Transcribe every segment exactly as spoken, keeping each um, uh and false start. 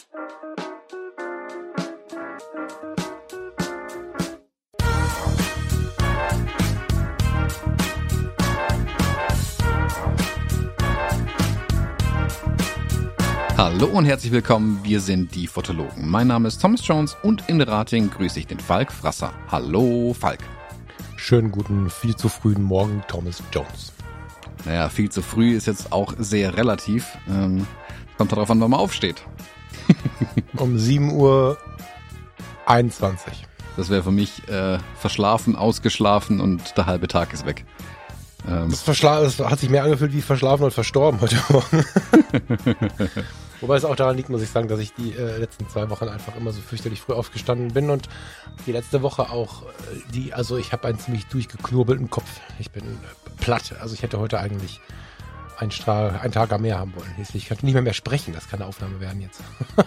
Hallo und herzlich willkommen, wir sind die Fotologen. Mein Name ist Thomas Jones und in Rating grüße ich den Falk Frasser. Hallo Falk. Schönen guten, viel zu frühen Morgen, Thomas Jones. Naja, viel zu früh ist jetzt auch sehr relativ. Ähm, kommt darauf an, wann man aufsteht. Um sieben Uhr einundzwanzig. Das wäre für mich äh, verschlafen, ausgeschlafen und der halbe Tag ist weg. Ähm. Das, Verschla- das hat sich mehr angefühlt wie verschlafen und verstorben heute Morgen. Wobei es auch daran liegt, muss ich sagen, dass ich die äh, letzten zwei Wochen einfach immer so fürchterlich früh aufgestanden bin und die letzte Woche auch, äh, die, also ich habe einen ziemlich durchgeknobelten Kopf. Ich bin äh, platt. Also ich hätte heute eigentlich einen, Stra- einen Tag mehr haben wollen. Ich kann nicht mehr mehr sprechen, das kann eine Aufnahme werden jetzt.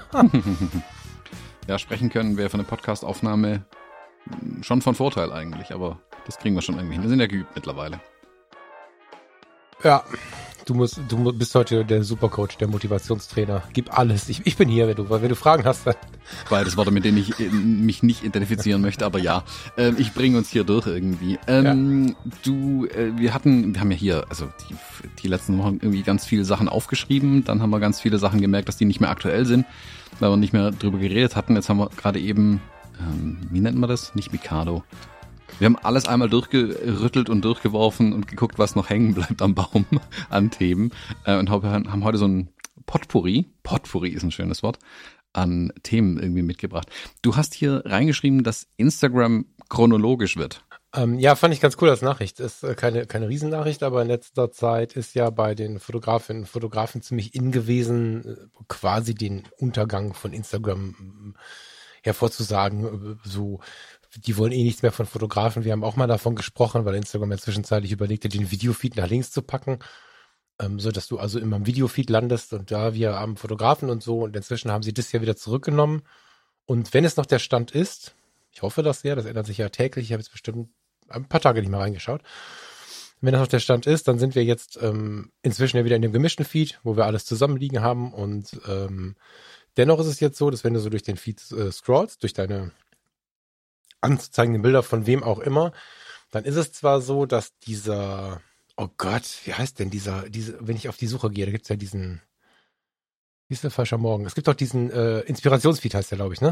Ja, sprechen können wäre für eine Podcast-Aufnahme schon von Vorteil eigentlich, aber das kriegen wir schon irgendwie hin. Wir sind ja geübt mittlerweile. Ja, du musst, du bist heute der Supercoach, der Motivationstrainer. Gib alles. Ich, ich bin hier, wenn du, wenn du Fragen hast. Dann. Beides Worte, mit denen ich äh, mich nicht identifizieren möchte, aber ja, äh, ich bringe uns hier durch irgendwie. Ähm, ja. Du, äh, wir hatten, wir haben ja hier, also die, die letzten Wochen irgendwie ganz viele Sachen aufgeschrieben. Dann haben wir ganz viele Sachen gemerkt, dass die nicht mehr aktuell sind, weil wir nicht mehr drüber geredet hatten. Jetzt haben wir gerade eben, ähm, wie nennt man das? Nicht Mikado. Wir haben alles einmal durchgerüttelt und durchgeworfen und geguckt, was noch hängen bleibt am Baum an Themen. Äh, und haben heute so ein Potpourri, Potpourri ist ein schönes Wort, an Themen irgendwie mitgebracht. Du hast hier reingeschrieben, dass Instagram chronologisch wird. Ähm, ja, fand ich ganz cool als Nachricht. Ist äh, keine, keine Riesennachricht, aber in letzter Zeit ist ja bei den Fotografinnen und Fotografen ziemlich in gewesen, äh, quasi den Untergang von Instagram äh, hervorzusagen, äh, so. Die wollen eh nichts mehr von Fotografen. Wir haben auch mal davon gesprochen, weil Instagram ja zwischenzeitlich überlegte, den Videofeed nach links zu packen, ähm, so dass du also immer im Videofeed landest und da wir haben Fotografen und so und inzwischen haben sie das ja wieder zurückgenommen. Und wenn es noch der Stand ist, ich hoffe das sehr, das ändert sich ja täglich, ich habe jetzt bestimmt ein paar Tage nicht mehr reingeschaut. Wenn das noch der Stand ist, dann sind wir jetzt ähm, inzwischen ja wieder in dem gemischten Feed, wo wir alles zusammenliegen haben und ähm, dennoch ist es jetzt so, dass wenn du so durch den Feed äh, scrollst, durch deine anzuzeigende Bilder von wem auch immer, dann ist es zwar so, dass dieser, oh Gott, wie heißt denn dieser, diese, wenn ich auf die Suche gehe, da gibt's ja diesen, wie ist der falscher Morgen? Es gibt doch diesen äh, Inspirationsfeed, heißt der, glaube ich, ne?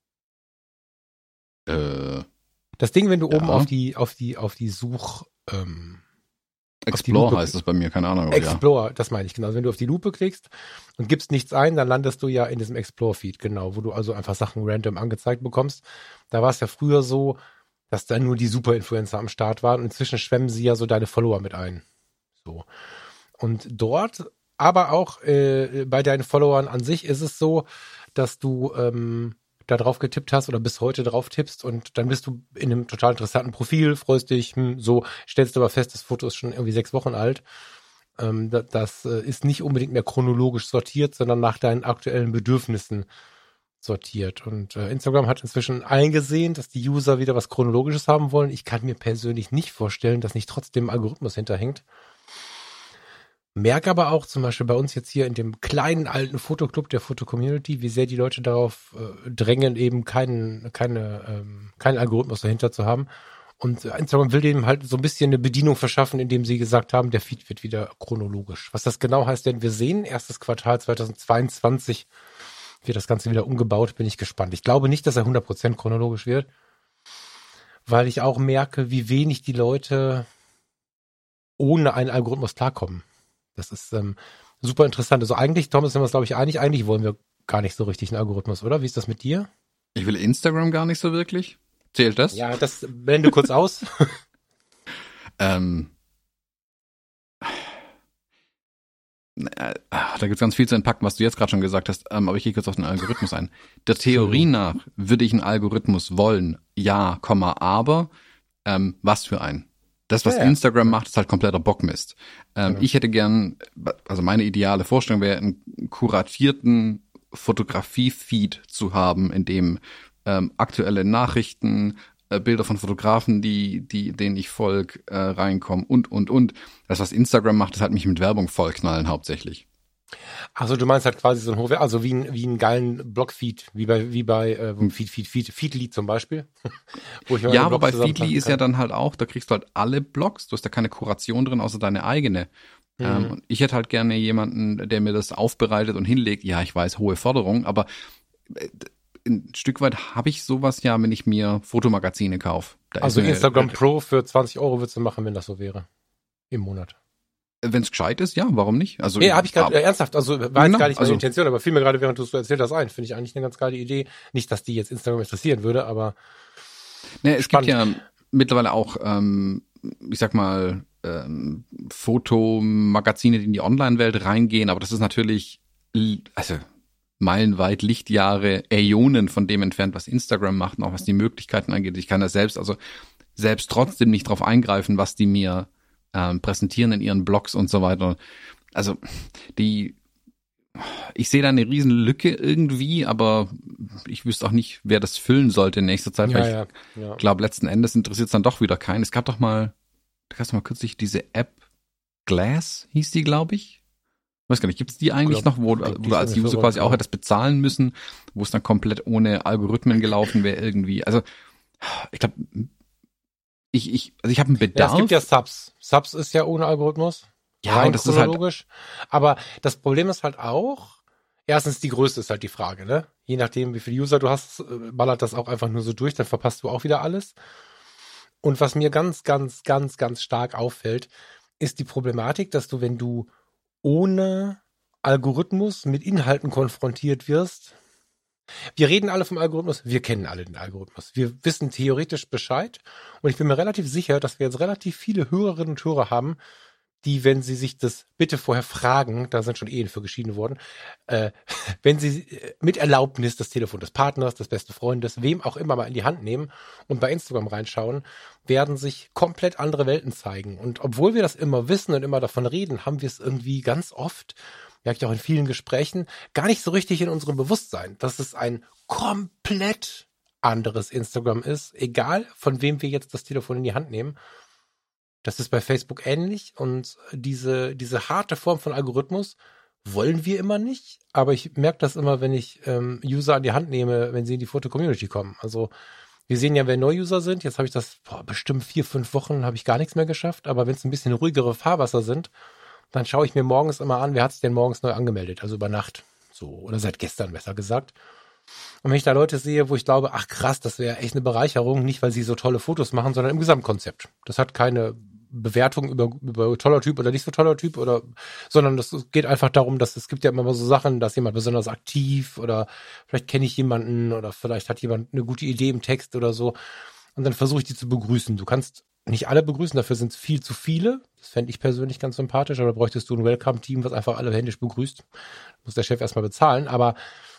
Äh, das Ding, wenn du ja. oben auf die, auf die, auf die Such, ähm, Explore Lupe, heißt es bei mir, keine Ahnung. Explore, ja. Das meine ich, genau. Also wenn du auf die Lupe klickst und gibst nichts ein, dann landest du ja in diesem Explore-Feed, genau, wo du also einfach Sachen random angezeigt bekommst. Da war es ja früher so, dass da nur die Super-Influencer am Start waren und inzwischen schwemmen sie ja so deine Follower mit ein. So. Und dort, aber auch äh, bei deinen Followern an sich ist es so, dass du ähm, da drauf getippt hast oder bis heute drauf tippst und dann bist du in einem total interessanten Profil, freust dich, hm, so, stellst du aber fest, das Foto ist schon irgendwie sechs Wochen alt. Ähm, das das äh, ist nicht unbedingt mehr chronologisch sortiert, sondern nach deinen aktuellen Bedürfnissen sortiert. Und äh, Instagram hat inzwischen eingesehen, dass die User wieder was Chronologisches haben wollen. Ich kann mir persönlich nicht vorstellen, dass nicht trotzdem ein Algorithmus hinterhängt. Merke aber auch zum Beispiel bei uns jetzt hier in dem kleinen alten Fotoclub der Foto-Community, wie sehr die Leute darauf äh, drängen, eben keinen, keine, ähm, keinen Algorithmus dahinter zu haben. Und Instagram will dem halt so ein bisschen eine Bedienung verschaffen, indem sie gesagt haben, der Feed wird wieder chronologisch. Was das genau heißt, denn wir sehen, erstes Quartal zweitausendzweiundzwanzig wird das Ganze wieder umgebaut, bin ich gespannt. Ich glaube nicht, dass er hundert Prozent chronologisch wird, weil ich auch merke, wie wenig die Leute ohne einen Algorithmus klarkommen. Das ist ähm, super interessant. Also eigentlich, Thomas, sind wir uns, glaube ich, einig. Eigentlich wollen wir gar nicht so richtig einen Algorithmus, oder? Wie ist das mit dir? Ich will Instagram gar nicht so wirklich. Zählt das? Ja, das blende kurz aus. ähm, da gibt es ganz viel zu entpacken, was du jetzt gerade schon gesagt hast, ähm, aber ich gehe kurz auf den Algorithmus ein. Der Theorie nach würde ich einen Algorithmus wollen, ja, Komma, aber ähm, was für einen? Das, was ja, Instagram ja. macht, ist halt kompletter Bockmist. Ähm, genau. Ich hätte gern, also meine ideale Vorstellung wäre, einen kuratierten Fotografie-Feed zu haben, in dem ähm, aktuelle Nachrichten, äh, Bilder von Fotografen, die, die, denen ich folge, äh, reinkommen und, und, und. Das, was Instagram macht, ist halt mich mit Werbung vollknallen hauptsächlich. Also du meinst halt quasi so ein Hochwert, also wie ein, wie einen geilen Blogfeed, wie bei, wie bei äh, Feed, Feed, Feed, Feedly zum Beispiel. Wo ich ja, aber bei Feedly ist ja dann halt auch, da kriegst du halt alle Blogs, du hast da keine Kuration drin, außer deine eigene. Mhm. Ähm, und ich hätte halt gerne jemanden, der mir das aufbereitet und hinlegt. Ja, ich weiß, hohe Forderung, aber ein Stück weit habe ich sowas ja, wenn ich mir Fotomagazine kaufe. Da also eine, Instagram Pro für zwanzig Euro würdest du machen, wenn das so wäre. Im Monat. Wenn es gescheit ist, ja, warum nicht? Also nee, habe ich gerade äh, ernsthaft, also war genau, jetzt gar nicht meine also, Intention, aber fiel mir gerade, während du es so erzählt hast, ein. Finde ich eigentlich eine ganz geile Idee. Nicht, dass die jetzt Instagram interessieren würde, aber ne, es spannend. Gibt ja mittlerweile auch, ähm, ich sag mal, ähm, Fotomagazine, die in die Online-Welt reingehen, aber das ist natürlich, also meilenweit, Lichtjahre, Äonen von dem entfernt, was Instagram macht und auch was die Möglichkeiten angeht. Ich kann da selbst, also selbst trotzdem nicht drauf eingreifen, was die mir ähm, präsentieren in ihren Blogs und so weiter. Also die, ich sehe da eine riesen Lücke irgendwie, aber ich wüsste auch nicht, wer das füllen sollte in nächster Zeit, ja, weil ja, ich ja. glaube, letzten Endes interessiert es dann doch wieder keinen. Es gab doch mal, da gab es mal kürzlich diese App Glass, hieß die, glaube ich. Ich weiß gar nicht, gibt es die eigentlich glaub, noch, wo, glaub, wo du als User quasi auch hättest bezahlen müssen, wo es dann komplett ohne Algorithmen gelaufen wäre irgendwie. Also ich glaube, ich, ich, also ich habe einen Bedarf. Ja, es gibt ja Subs. Subs ist ja ohne Algorithmus. Ja, rein das chronologisch. Ist halt aber das Problem ist halt auch, erstens die Größe ist halt die Frage, ne? Je nachdem, wie viele User du hast, ballert das auch einfach nur so durch, dann verpasst du auch wieder alles. Und was mir ganz, ganz, ganz, ganz stark auffällt, ist die Problematik, dass du, wenn du ohne Algorithmus mit Inhalten konfrontiert wirst. Wir reden alle vom Algorithmus, wir kennen alle den Algorithmus. Wir wissen theoretisch Bescheid und ich bin mir relativ sicher, dass wir jetzt relativ viele Hörerinnen und Hörer haben, die, wenn sie sich das bitte vorher fragen, da sind schon Ehen für geschieden worden, äh, wenn sie mit Erlaubnis das Telefon des Partners, des besten Freundes, wem auch immer mal in die Hand nehmen und bei Instagram reinschauen, werden sich komplett andere Welten zeigen. Und obwohl wir das immer wissen und immer davon reden, haben wir es irgendwie ganz oft, merke ich auch in vielen Gesprächen, gar nicht so richtig in unserem Bewusstsein, dass es ein komplett anderes Instagram ist, egal von wem wir jetzt das Telefon in die Hand nehmen. Das ist bei Facebook ähnlich und diese, diese harte Form von Algorithmus wollen wir immer nicht, aber ich merke das immer, wenn ich ähm, User an die Hand nehme, wenn sie in die Foto-Community kommen. Also wir sehen ja, wer Neu-User sind, jetzt habe ich das, boah, bestimmt vier, fünf Wochen habe ich gar nichts mehr geschafft, aber wenn es ein bisschen ruhigere Fahrwasser sind, dann schaue ich mir morgens immer an, wer hat sich denn morgens neu angemeldet, also über Nacht, so, oder seit gestern besser gesagt. Und wenn ich da Leute sehe, wo ich glaube, ach krass, das wäre echt eine Bereicherung, nicht weil sie so tolle Fotos machen, sondern im Gesamtkonzept. Das hat keine Bewertung über, über toller Typ oder nicht so toller Typ oder, sondern das geht einfach darum, dass es gibt ja immer so Sachen, dass jemand besonders aktiv oder vielleicht kenne ich jemanden oder vielleicht hat jemand eine gute Idee im Text oder so und dann versuche ich die zu begrüßen. Du kannst nicht alle begrüßen, dafür sind es viel zu viele. Das fände ich persönlich ganz sympathisch, aber da bräuchtest du ein Welcome-Team, was einfach alle händisch begrüßt. Muss der Chef erstmal bezahlen, aber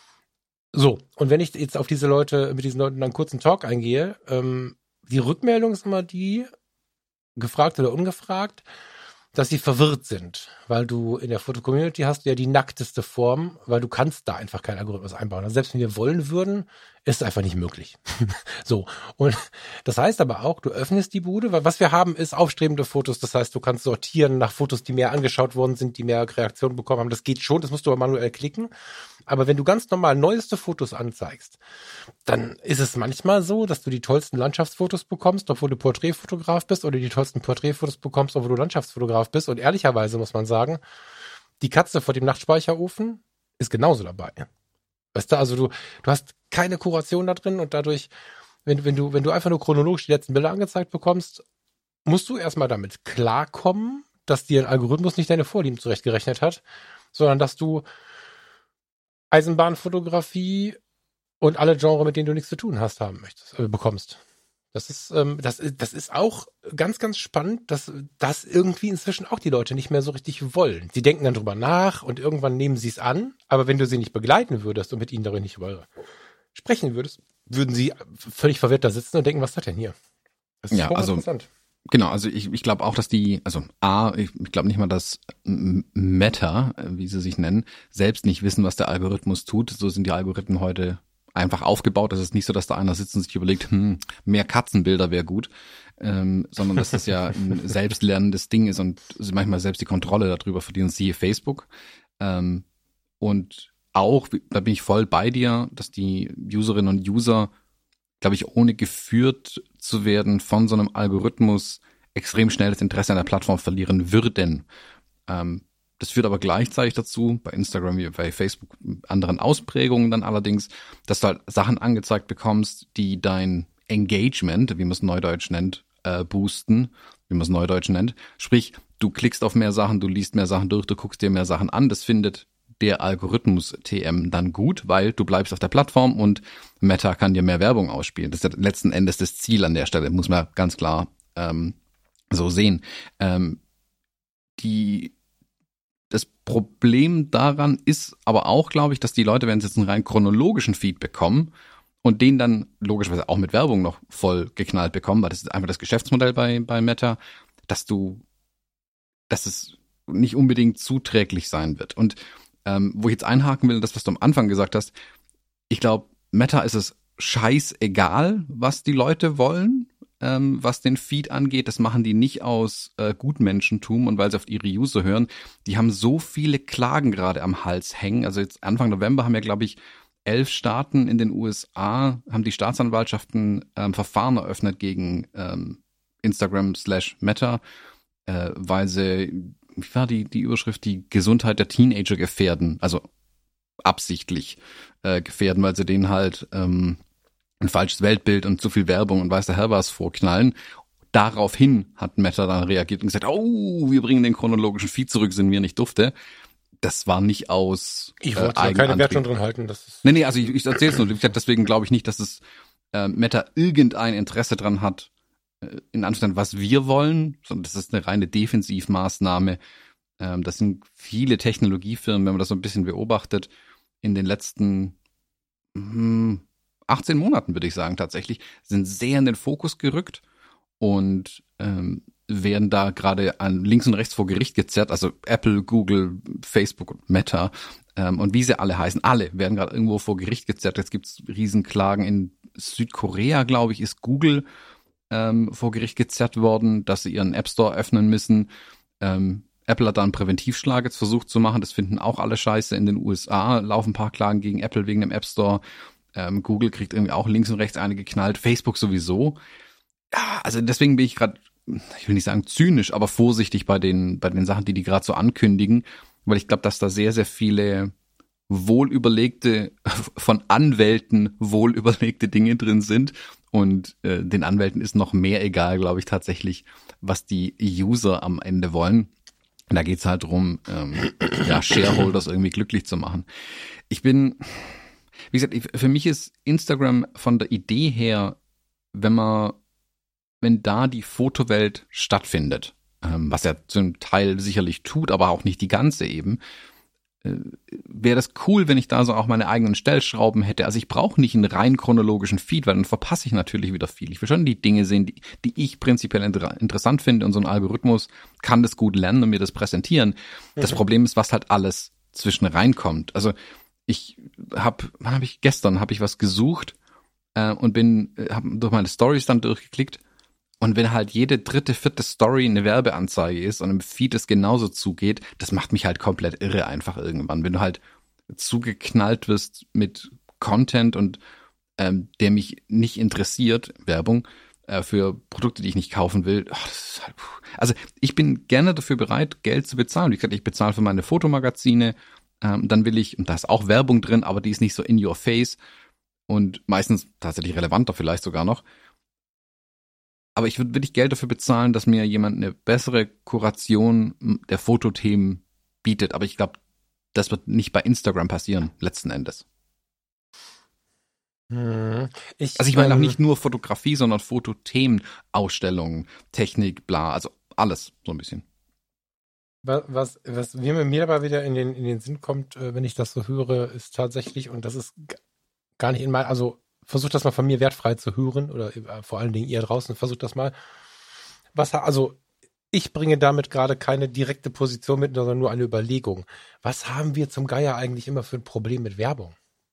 so. Und wenn ich jetzt auf diese Leute, mit diesen Leuten einen kurzen Talk eingehe, ähm, die Rückmeldung ist immer die, gefragt oder ungefragt, dass sie verwirrt sind, weil du in der Foto-Community hast du ja die nackteste Form, weil du kannst da einfach keinen Algorithmus einbauen. Also selbst wenn wir wollen würden, ist es einfach nicht möglich. So. Und das heißt aber auch, du öffnest die Bude, weil was wir haben, ist aufstrebende Fotos. Das heißt, du kannst sortieren nach Fotos, die mehr angeschaut worden sind, die mehr Reaktionen bekommen haben. Das geht schon, das musst du aber manuell klicken. Aber wenn du ganz normal neueste Fotos anzeigst, dann ist es manchmal so, dass du die tollsten Landschaftsfotos bekommst, obwohl du Porträtfotograf bist, oder die tollsten Porträtfotos bekommst, obwohl du Landschaftsfotograf bist. Und ehrlicherweise muss man sagen, die Katze vor dem Nachtspeicherofen ist genauso dabei. Weißt du, also du, du hast keine Kuration da drin und dadurch, wenn, wenn du, wenn du einfach nur chronologisch die letzten Bilder angezeigt bekommst, musst du erstmal damit klarkommen, dass dir ein Algorithmus nicht deine Vorlieben zurechtgerechnet hat, sondern dass du Eisenbahnfotografie und alle Genres, mit denen du nichts zu tun hast, haben möchtest, äh, bekommst. Das ist, ähm, das, das ist auch ganz, ganz spannend, dass das irgendwie inzwischen auch die Leute nicht mehr so richtig wollen. Sie denken dann drüber nach und irgendwann nehmen sie es an, aber wenn du sie nicht begleiten würdest und mit ihnen darüber nicht über sprechen würdest, würden sie völlig verwirrt da sitzen und denken, was ist das denn hier? Das ist ja, also interessant. Genau, also ich, ich glaube auch, dass die, also A, ich, ich glaube nicht mal, dass Meta, wie sie sich nennen, selbst nicht wissen, was der Algorithmus tut. So sind die Algorithmen heute einfach aufgebaut. Das ist nicht so, dass da einer sitzt und sich überlegt, hm, mehr Katzenbilder wäre gut, ähm, sondern dass das ja ein selbstlernendes Ding ist und manchmal selbst die Kontrolle darüber verlieren. Siehe Facebook. Ähm, Und auch, da bin ich voll bei dir, dass die Userinnen und User, glaube ich, ohne geführt zu werden von so einem Algorithmus extrem schnell das Interesse an der Plattform verlieren würden. Ähm, das führt aber gleichzeitig dazu, bei Instagram wie bei Facebook anderen Ausprägungen dann allerdings, dass du halt Sachen angezeigt bekommst, die dein Engagement, wie man es neudeutsch nennt, äh, boosten, wie man es neudeutsch nennt. Sprich, du klickst auf mehr Sachen, du liest mehr Sachen durch, du guckst dir mehr Sachen an. Das findet der Algorithmus T M dann gut, weil du bleibst auf der Plattform und Meta kann dir mehr Werbung ausspielen. Das ist ja letzten Endes das Ziel an der Stelle, muss man ganz klar ähm, so sehen. Ähm, die Das Problem daran ist aber auch, glaube ich, dass die Leute, wenn sie jetzt einen rein chronologischen Feed bekommen und den dann logischerweise auch mit Werbung noch voll geknallt bekommen, weil das ist einfach das Geschäftsmodell bei, bei Meta, dass du, dass es nicht unbedingt zuträglich sein wird. Und ähm, wo ich jetzt einhaken will, das, was du am Anfang gesagt hast, ich glaube, Meta ist es scheißegal, was die Leute wollen, ähm, was den Feed angeht. Das machen die nicht aus äh, Gutmenschentum und weil sie auf ihre User hören. Die haben so viele Klagen gerade am Hals hängen. Also jetzt Anfang November haben ja, glaube ich, elf Staaten in den U S A, haben die Staatsanwaltschaften ähm, Verfahren eröffnet gegen ähm, Instagram slash Meta, äh, weil sie, wie war die, die Überschrift, die Gesundheit der Teenager gefährden, also absichtlich äh, gefährden, weil sie denen halt ähm, ein falsches Weltbild und zu viel Werbung und weiß der Herr was vorknallen. Daraufhin hat Meta dann reagiert und gesagt, oh, wir bringen den chronologischen Feed zurück, sind wir nicht dufte. Das war nicht aus Ich wollte äh, keine Wertung drin halten. Das ist nee, nee, also ich, ich erzähle es nur. Deswegen glaube ich nicht, dass es äh, Meta irgendein Interesse dran hat, äh, in Anführungszeichen, was wir wollen, sondern das ist eine reine Defensivmaßnahme. Ähm, das sind viele Technologiefirmen, wenn man das so ein bisschen beobachtet, in den letzten hm, achtzehn Monaten, würde ich sagen, tatsächlich, sind sehr in den Fokus gerückt und ähm, werden da gerade an links und rechts vor Gericht gezerrt, also Apple, Google, Facebook und Meta ähm, und wie sie alle heißen, alle werden gerade irgendwo vor Gericht gezerrt. Jetzt gibt's Riesenklagen in Südkorea, glaube ich, ist Google ähm, vor Gericht gezerrt worden, dass sie ihren App Store öffnen müssen. Ähm, Apple hat da einen Präventivschlag jetzt versucht zu machen, das finden auch alle scheiße. In den U S A laufen ein paar Klagen gegen Apple wegen dem App Store. Ähm, Google kriegt irgendwie auch links und rechts eine geknallt, Facebook sowieso. Ja, also deswegen bin ich gerade, ich will nicht sagen zynisch, aber vorsichtig bei den bei den Sachen, die die gerade so ankündigen, weil ich glaube, dass da sehr, sehr viele wohlüberlegte, von Anwälten wohlüberlegte Dinge drin sind und äh, den Anwälten ist noch mehr egal, glaube ich, tatsächlich, was die User am Ende wollen. Und da geht's halt drum, ähm, ja, Shareholders irgendwie glücklich zu machen. Ich bin, wie gesagt, für mich ist Instagram von der Idee her, wenn man, wenn da die Fotowelt stattfindet, ähm, was er zum Teil sicherlich tut, aber auch nicht die ganze eben, äh, wäre das cool, wenn ich da so auch meine eigenen Stellschrauben hätte. Also ich brauche nicht einen rein chronologischen Feed, weil dann verpasse ich natürlich wieder viel. Ich will schon die Dinge sehen, die, die ich prinzipiell inter- interessant finde und so ein Algorithmus kann das gut lernen und mir das präsentieren. Mhm. Das Problem ist, was halt alles zwischen reinkommt. Also ich habe, wann habe ich, gestern habe ich was gesucht äh, und bin, habe durch meine Stories dann durchgeklickt und wenn halt jede dritte, vierte Story eine Werbeanzeige ist und im Feed es genauso zugeht, das macht mich halt komplett irre einfach irgendwann. Wenn du halt zugeknallt wirst mit Content und ähm, der mich nicht interessiert, Werbung, äh, für Produkte, die ich nicht kaufen will, ach, das ist halt, also ich bin gerne dafür bereit, Geld zu bezahlen. Wie gesagt, ich bezahle für meine Fotomagazine, ähm, dann will ich, und da ist auch Werbung drin, aber die ist nicht so in your face und meistens tatsächlich relevanter vielleicht sogar noch. Aber ich würde wirklich Geld dafür bezahlen, dass mir jemand eine bessere Kuration der Fotothemen bietet. Aber ich glaube, das wird nicht bei Instagram passieren, letzten Endes. Hm. Ich, also ich meine ähm, auch nicht nur Fotografie, sondern Fotothemen, Ausstellungen, Technik, bla, also alles so ein bisschen. Was, was, was mir, mir dabei wieder in den, in den Sinn kommt, wenn ich das so höre, ist tatsächlich, und das ist gar nicht in mein, also versucht das mal von mir wertfrei zu hören oder vor allen Dingen ihr draußen, versucht das mal. Was, also ich bringe damit gerade keine direkte Position mit, sondern nur eine Überlegung. Was haben wir zum Geier eigentlich immer für ein Problem mit Werbung?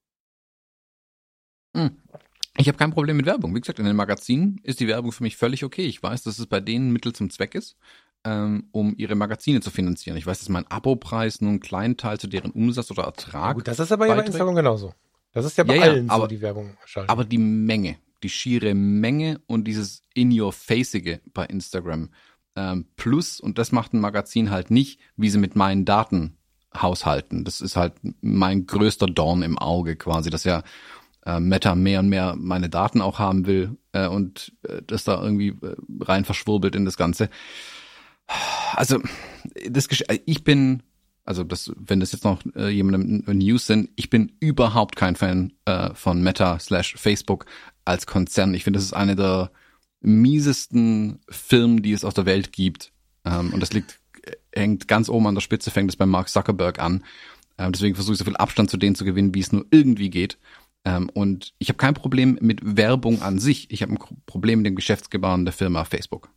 Hm. Ich habe kein Problem mit Werbung. Wie gesagt, in den Magazinen ist die Werbung für mich völlig okay. Ich weiß, dass es bei denen Mittel zum Zweck ist. ähm, um ihre Magazine zu finanzieren. Ich weiß, dass mein Abopreis nur einen kleinen Teil zu deren Umsatz oder Ertrag. Ja, gut, das ist aber ja bei Instagram genauso. Das ist ja bei ja, allen ja, aber, so, die Werbung schalten. Aber die Menge, die schiere Menge und dieses In-Your-Facige bei Instagram ähm, plus, und das macht ein Magazin halt nicht, wie sie mit meinen Daten haushalten. Das ist halt mein größter Dorn im Auge quasi, dass ja äh, Meta mehr und mehr meine Daten auch haben will äh, und äh, das da irgendwie äh, rein verschwurbelt in das Ganze. Also das ich bin, also das, wenn das jetzt noch äh, jemandem News sind, ich bin überhaupt kein Fan äh, von Meta slash Facebook als Konzern. Ich finde, das ist eine der miesesten Firmen, die es auf der Welt gibt. Ähm, und das liegt, hängt ganz oben an der Spitze, fängt es bei Mark Zuckerberg an. Ähm, deswegen versuche ich so viel Abstand zu denen zu gewinnen, wie es nur irgendwie geht. Ähm, und ich habe kein Problem mit Werbung an sich. Ich habe ein Problem mit dem Geschäftsgebaren der Firma Facebook.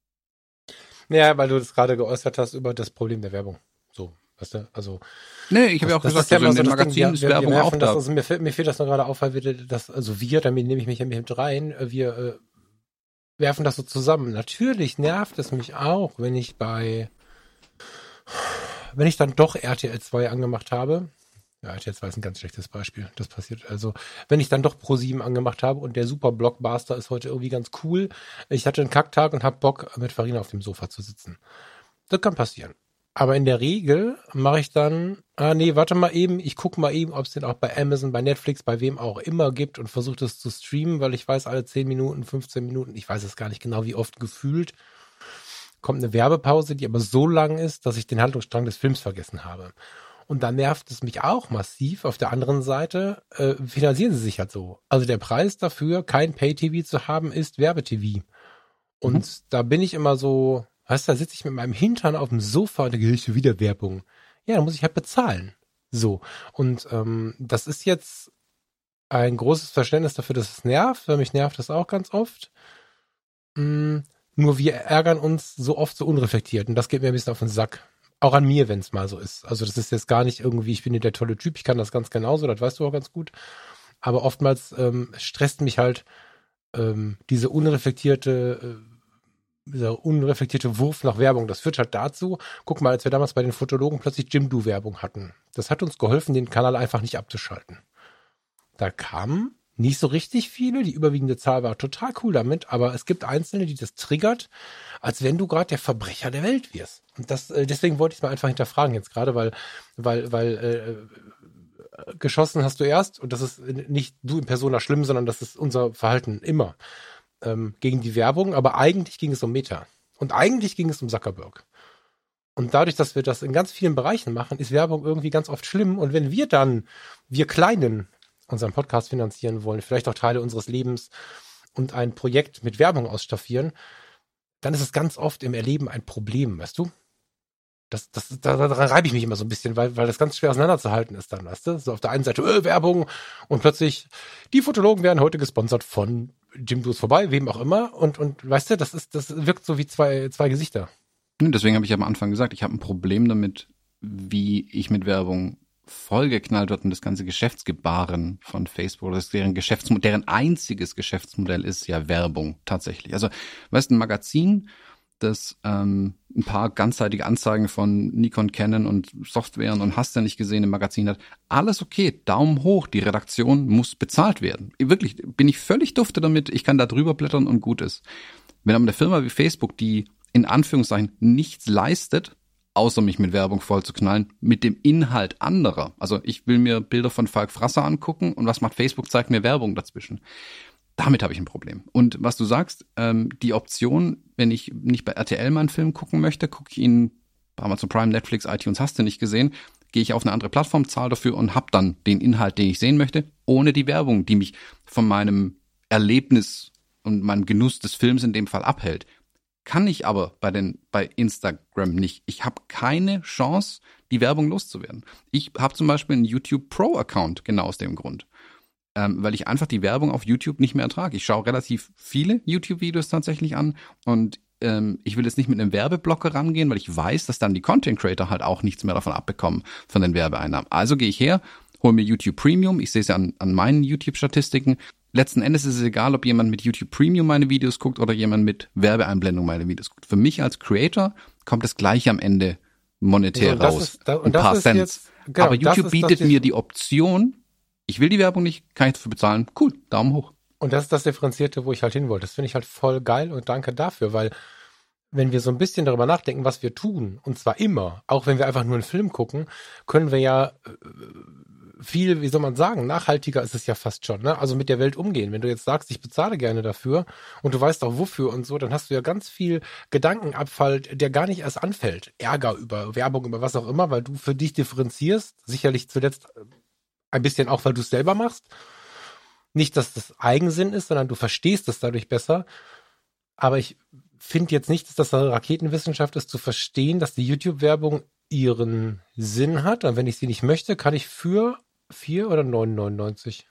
Ja, weil du das gerade geäußert hast über das Problem der Werbung. So, weißt du, also. Nee, ich habe ja auch gesagt, dass in dem Magazin ist Werbung wir auch da. Das, also mir, fällt, mir fällt das nur gerade auf, weil wir das, also wir, damit nehme ich mich ja mit rein, wir äh, werfen das so zusammen. Natürlich nervt es mich auch, wenn ich bei, wenn ich dann doch R T L zwei angemacht habe. Ja, R T L zwei ist ein ganz schlechtes Beispiel. Das passiert also, wenn ich dann doch ProSieben angemacht habe und der Super Blockbuster ist heute irgendwie ganz cool. Ich hatte einen Kacktag und habe Bock, mit Farina auf dem Sofa zu sitzen. Das kann passieren. Aber in der Regel mache ich dann, ah nee, warte mal eben, ich gucke mal eben, ob es den auch bei Amazon, bei Netflix, bei wem auch immer gibt und versuche das zu streamen, weil ich weiß, alle zehn Minuten, fünfzehn Minuten, ich weiß es gar nicht genau, wie oft gefühlt, kommt eine Werbepause, die aber so lang ist, dass ich den Handlungsstrang des Films vergessen habe. Und da nervt es mich auch massiv. Auf der anderen Seite äh, finanzieren sie sich halt so. Also der Preis dafür, kein Pay-T V zu haben, ist Werbe-T V. Und mhm. da bin ich immer so, weißt du, da sitze ich mit meinem Hintern auf dem Sofa und da gehe ich wieder Werbung. Ja, dann muss ich halt bezahlen. So. Und ähm, das ist jetzt ein großes Verständnis dafür, dass es nervt, weil mich nervt das auch ganz oft. Mm, nur wir ärgern uns so oft so unreflektiert und das geht mir ein bisschen auf den Sack. Auch an mir, wenn es mal so ist. Also das ist jetzt gar nicht irgendwie, ich bin der tolle Typ, ich kann das ganz genauso, das weißt du auch ganz gut. Aber oftmals ähm, stresst mich halt ähm, diese unreflektierte, äh, dieser unreflektierte Wurf nach Werbung. Das führt halt dazu, guck mal, als wir damals bei den Fotologen plötzlich Jimdo-Werbung hatten. Das hat uns geholfen, den Kanal einfach nicht abzuschalten. Da kamen nicht so richtig viele, die überwiegende Zahl war total cool damit, aber es gibt Einzelne, die das triggert, als wenn du gerade der Verbrecher der Welt wirst. Und das, äh, deswegen wollte ich es mal einfach hinterfragen jetzt gerade, weil, weil, weil äh, geschossen hast du erst, und das ist nicht du in Persona schlimm, sondern das ist unser Verhalten immer ähm, gegen die Werbung, aber eigentlich ging es um Meta. Und eigentlich ging es um Zuckerberg. Und dadurch, dass wir das in ganz vielen Bereichen machen, ist Werbung irgendwie ganz oft schlimm. Und wenn wir dann, wir Kleinen, unseren Podcast finanzieren wollen, vielleicht auch Teile unseres Lebens und ein Projekt mit Werbung ausstaffieren, dann ist es ganz oft im Erleben ein Problem, weißt du? Das, das, da, daran reibe ich mich immer so ein bisschen, weil, weil das ganz schwer auseinanderzuhalten ist dann, weißt du? So auf der einen Seite äh, Werbung und plötzlich, die Fotologen werden heute gesponsert von Jimdo's vorbei, wem auch immer. Und, und weißt du, das ist, das wirkt so wie zwei, zwei Gesichter. Deswegen habe ich am Anfang gesagt, ich habe ein Problem damit, wie ich mit Werbung vollgeknallt wird und das ganze Geschäftsgebaren von Facebook, das deren Geschäftsmodell, deren einziges Geschäftsmodell ist ja Werbung tatsächlich. Also, weißt du, ein Magazin, das ähm, ein paar ganzseitige Anzeigen von Nikon, Canon und Softwaren und hast du nicht gesehen im Magazin hat, alles okay, Daumen hoch, die Redaktion muss bezahlt werden. Wirklich, bin ich völlig dufte damit, ich kann da drüber blättern und gut ist. Wenn aber eine Firma wie Facebook, die in Anführungszeichen nichts leistet, außer mich mit Werbung voll zu knallen, mit dem Inhalt anderer. Also ich will mir Bilder von Falk Frasser angucken und was macht Facebook? Zeigt mir Werbung dazwischen. Damit habe ich ein Problem. Und was du sagst, ähm, die Option, wenn ich nicht bei R T L mal einen Film gucken möchte, gucke ich ihn bei Amazon Prime, Netflix, iTunes, hast du nicht gesehen, gehe ich auf eine andere Plattform, zahle dafür und habe dann den Inhalt, den ich sehen möchte, ohne die Werbung, die mich von meinem Erlebnis und meinem Genuss des Films in dem Fall abhält. Kann ich aber bei den bei Instagram nicht. Ich habe keine Chance, die Werbung loszuwerden. Ich habe zum Beispiel einen YouTube Pro-Account, genau aus dem Grund. Ähm, weil ich einfach die Werbung auf YouTube nicht mehr ertrage. Ich schaue relativ viele YouTube-Videos tatsächlich an und ähm, ich will jetzt nicht mit einem Werbeblocker rangehen, weil ich weiß, dass dann die Content-Creator halt auch nichts mehr davon abbekommen, von den Werbeeinnahmen. Also gehe ich her, hole mir YouTube Premium. Ich sehe es ja an, an meinen YouTube-Statistiken. Letzten Endes ist es egal, ob jemand mit YouTube Premium meine Videos guckt oder jemand mit Werbeeinblendung meine Videos guckt. Für mich als Creator kommt das gleiche am Ende monetär so, raus. Ist, da, ein paar Cent. Jetzt, genau, aber YouTube bietet mir die Option, ich will die Werbung nicht, kann ich dafür bezahlen. Cool, Daumen hoch. Und das ist das Differenzierte, wo ich halt hin wollte. Das finde ich halt voll geil und danke dafür, weil wenn wir so ein bisschen darüber nachdenken, was wir tun, und zwar immer, auch wenn wir einfach nur einen Film gucken, können wir ja viel, wie soll man sagen, nachhaltiger ist es ja fast schon, ne? Also mit der Welt umgehen. Wenn du jetzt sagst, ich bezahle gerne dafür und du weißt auch wofür und so, dann hast du ja ganz viel Gedankenabfall, der gar nicht erst anfällt. Ärger über Werbung, über was auch immer, weil du für dich differenzierst. Sicherlich zuletzt ein bisschen auch, weil du es selber machst. Nicht, dass das Eigensinn ist, sondern du verstehst es dadurch besser. Aber ich finde jetzt nicht, dass das eine Raketenwissenschaft ist, zu verstehen, dass die YouTube-Werbung ihren Sinn hat. Und wenn ich sie nicht möchte, kann ich für vier oder neun neunundneunzig?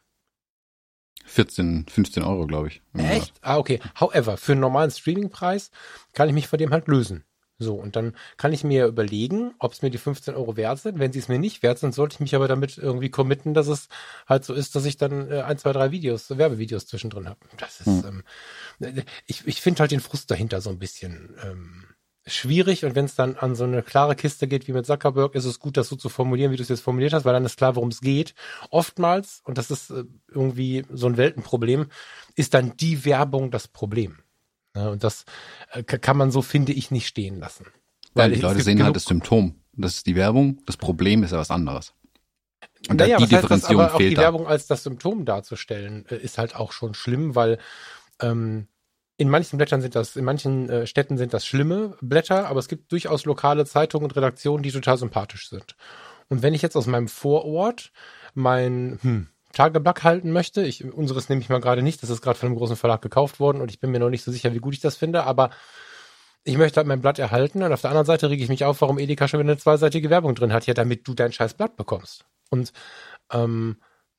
vierzehn, fünfzehn Euro, glaube ich. Echt? Ah, okay. However, für einen normalen Streaming-Preis kann ich mich von dem halt lösen. So, und dann kann ich mir überlegen, ob es mir die fünfzehn Euro wert sind. Wenn sie es mir nicht wert sind, sollte ich mich aber damit irgendwie committen, dass es halt so ist, dass ich dann äh, ein, zwei, drei Videos, Werbevideos zwischendrin habe. Das ist, hm. ähm, ich, ich finde halt den Frust dahinter so ein bisschen ähm, schwierig. Und wenn es dann an so eine klare Kiste geht wie mit Zuckerberg, ist es gut, das so zu formulieren, wie du es jetzt formuliert hast, weil dann ist klar, worum es geht. Oftmals, und das ist äh, irgendwie so ein Weltenproblem, ist dann die Werbung das Problem. Ja, und das äh, kann man so, finde ich, nicht stehen lassen. Weil ja, die Leute sehen halt das Symptom. Das ist die Werbung, das Problem ist ja was anderes. Und naja, die Differenzierung das, aber fehlt auch die da. Werbung als das Symptom darzustellen, äh, ist halt auch schon schlimm, weil ähm, in manchen Blättern sind das, in manchen äh, Städten sind das schlimme Blätter, aber es gibt durchaus lokale Zeitungen und Redaktionen, die total sympathisch sind. Und wenn ich jetzt aus meinem Vorort mein hm, Tageblatt halten möchte. Ich, unseres nehme ich mal gerade nicht. Das ist gerade von einem großen Verlag gekauft worden und ich bin mir noch nicht so sicher, wie gut ich das finde, aber ich möchte halt mein Blatt erhalten und auf der anderen Seite rege ich mich auf, warum Edeka schon wieder eine zweiseitige Werbung drin hat. Ja, damit du dein scheiß Blatt bekommst. Und ähm,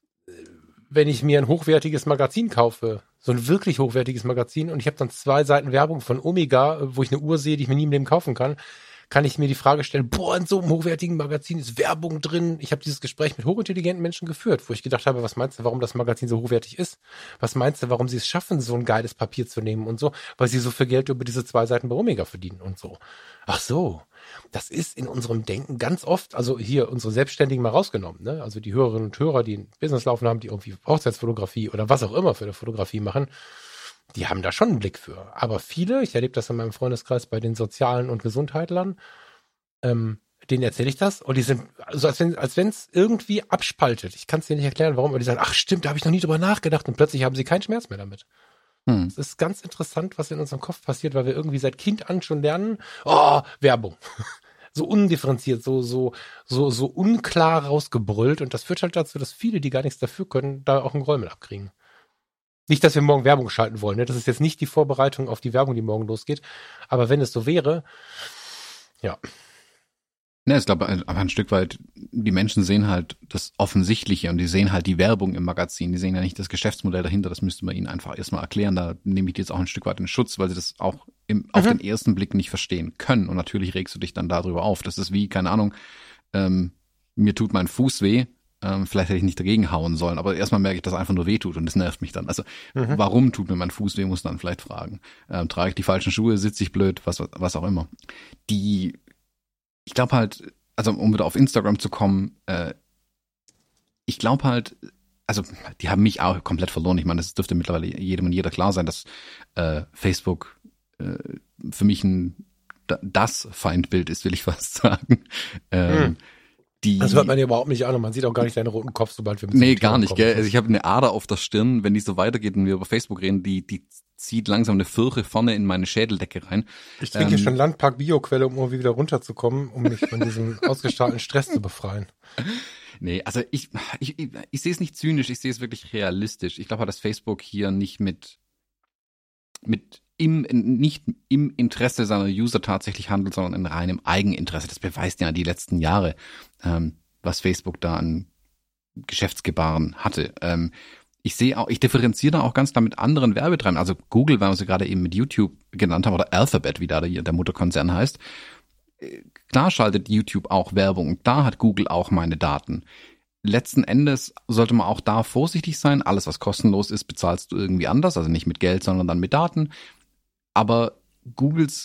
wenn ich mir ein hochwertiges Magazin kaufe, so ein wirklich hochwertiges Magazin und ich habe dann zwei Seiten Werbung von Omega, wo ich eine Uhr sehe, die ich mir nie im Leben kaufen kann, kann ich mir die Frage stellen, boah, in so einem hochwertigen Magazin ist Werbung drin. Ich habe dieses Gespräch mit hochintelligenten Menschen geführt, wo ich gedacht habe, was meinst du, warum das Magazin so hochwertig ist? Was meinst du, warum sie es schaffen, so ein geiles Papier zu nehmen und so? Weil sie so viel Geld über diese zwei Seiten bei Omega verdienen und so. Ach so, das ist in unserem Denken ganz oft, also hier unsere Selbstständigen mal rausgenommen, ne? Also die Hörerinnen und Hörer, die ein Business laufen haben, die irgendwie Hochzeitsfotografie oder was auch immer für eine Fotografie machen, die haben da schon einen Blick für. Aber viele, ich erlebe das in meinem Freundeskreis bei den Sozialen und Gesundheitlern, ähm, denen erzähle ich das und die sind, also als wenn als wenn es irgendwie abspaltet. Ich kann es dir nicht erklären, warum, aber die sagen, ach stimmt, da habe ich noch nie drüber nachgedacht und plötzlich haben sie keinen Schmerz mehr damit. Hm. Es ist ganz interessant, was in unserem Kopf passiert, weil wir irgendwie seit Kind an schon lernen, oh, Werbung. So undifferenziert, so, so, so, so unklar rausgebrüllt und das führt halt dazu, dass viele, die gar nichts dafür können, da auch einen Groll mit abkriegen. Nicht, dass wir morgen Werbung schalten wollen, ne? Das ist jetzt nicht die Vorbereitung auf die Werbung, die morgen losgeht. Aber wenn es so wäre, ja. Ja, ich glaube, aber ein Stück weit, die Menschen sehen halt das Offensichtliche und die sehen halt die Werbung im Magazin. Die sehen ja nicht das Geschäftsmodell dahinter. Das müsste man ihnen einfach erstmal erklären. Da nehme ich dir jetzt auch ein Stück weit in Schutz, weil sie das auch im, mhm. auf den ersten Blick nicht verstehen können. Und natürlich regst du dich dann darüber auf. Das ist wie, keine Ahnung, ähm, mir tut mein Fuß weh. Ähm, vielleicht hätte ich nicht dagegen hauen sollen, aber erstmal merke ich, dass es einfach nur weh tut und das nervt mich dann. Also mhm. warum tut mir mein Fuß weh, muss man dann vielleicht fragen. Ähm, trage ich die falschen Schuhe, sitze ich blöd, was, was auch immer. Die, ich glaube halt, also um wieder auf Instagram zu kommen, äh, ich glaube halt, also die haben mich auch komplett verloren. Ich meine, das dürfte mittlerweile jedem und jeder klar sein, dass äh, Facebook äh, für mich ein das Feindbild ist, will ich fast sagen. Ähm, mhm. Die, das hört man ja überhaupt nicht an und man sieht auch gar nicht deinen roten Kopf, sobald wir mit Nee, gar nicht, gell. Also ich habe eine Ader auf der Stirn, wenn die so weitergeht und wir über Facebook reden, die die zieht langsam eine Furche vorne in meine Schädeldecke rein. Ich trinke ähm, hier schon Landpark Bioquelle, um irgendwie wieder runterzukommen, um mich von diesem ausgestrahlten Stress zu befreien. Nee, also ich, ich, ich, ich sehe es nicht zynisch, ich sehe es wirklich realistisch. Ich glaube, dass Facebook hier nicht mit, mit im, nicht im Interesse seiner User tatsächlich handelt, sondern in reinem Eigeninteresse. Das beweist ja die letzten Jahre, ähm, was Facebook da an Geschäftsgebaren hatte. Ähm, ich sehe auch, ich differenziere da auch ganz klar mit anderen Werbetreibern. Also Google, weil wir sie gerade eben mit YouTube genannt haben, oder Alphabet, wie da der, der Mutterkonzern heißt. Klar schaltet YouTube auch Werbung und da hat Google auch meine Daten. Letzten Endes sollte man auch da vorsichtig sein. Alles, was kostenlos ist, bezahlst du irgendwie anders. Also nicht mit Geld, sondern dann mit Daten. Aber Googles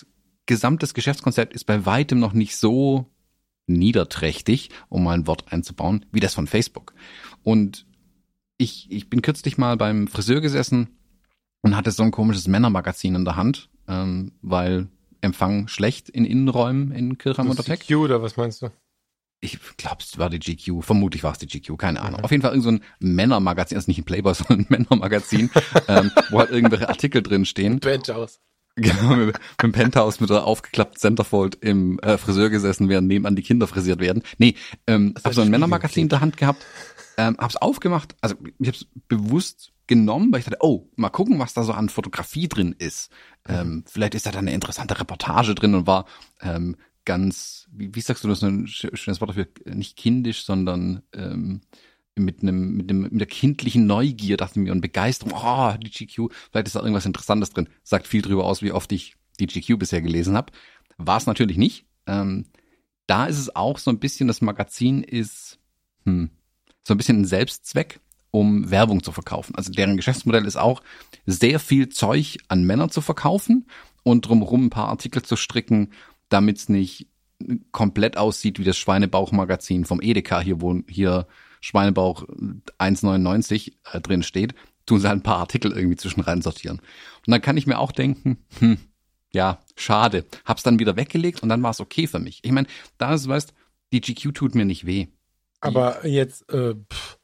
gesamtes Geschäftskonzept ist bei weitem noch nicht so niederträchtig, um mal ein Wort einzubauen, wie das von Facebook. Und ich, ich bin kürzlich mal beim Friseur gesessen und hatte so ein komisches Männermagazin in der Hand, ähm, weil Empfang schlecht in Innenräumen in Kirchheim unter Teck. G Q oder was meinst du? Ich glaube, es war die G Q. Vermutlich war es die G Q, keine Ahnung. Mhm. Auf jeden Fall irgend so ein Männermagazin, also nicht ein Playboy, sondern ein Männermagazin, ähm, wo halt irgendwelche Artikel drin stehen. Penthouse. Genau, mit, mit dem Penthouse mit der aufgeklappten Centerfold im äh, Friseur gesessen, während nebenan die Kinder frisiert werden. Nee, ähm, hab so ein Männermagazin in der Hand gehabt, ähm, hab's aufgemacht, also ich hab's bewusst genommen, weil ich dachte, oh, mal gucken, was da so an Fotografie drin ist. Mhm. Ähm, vielleicht ist da dann eine interessante Reportage drin und war ähm, ganz, wie, wie sagst du das, ein schönes Wort dafür, nicht kindisch, sondern ähm, mit einem, mit einem, mit der kindlichen Neugier, dachte ich mir, und Begeisterung, oh, die G Q, vielleicht ist da irgendwas Interessantes drin. Sagt viel drüber aus, wie oft ich die G Q bisher gelesen habe. War es natürlich nicht. Ähm, da ist es auch so ein bisschen, das Magazin ist hm, so ein bisschen ein Selbstzweck, um Werbung zu verkaufen. Also deren Geschäftsmodell ist auch, sehr viel Zeug an Männer zu verkaufen und drumherum ein paar Artikel zu stricken, damit es nicht komplett aussieht wie das Schweinebauch-Magazin vom Edeka hier, wo hier Schweinebauch eins neunundneunzig äh, drin steht, tun sie halt ein paar Artikel irgendwie zwischen rein sortieren. Und dann kann ich mir auch denken, hm, ja, schade. Hab's dann wieder weggelegt und dann war es okay für mich. Ich meine, da ist, weißt, die G Q tut mir nicht weh. Die, Aber jetzt, äh, pff,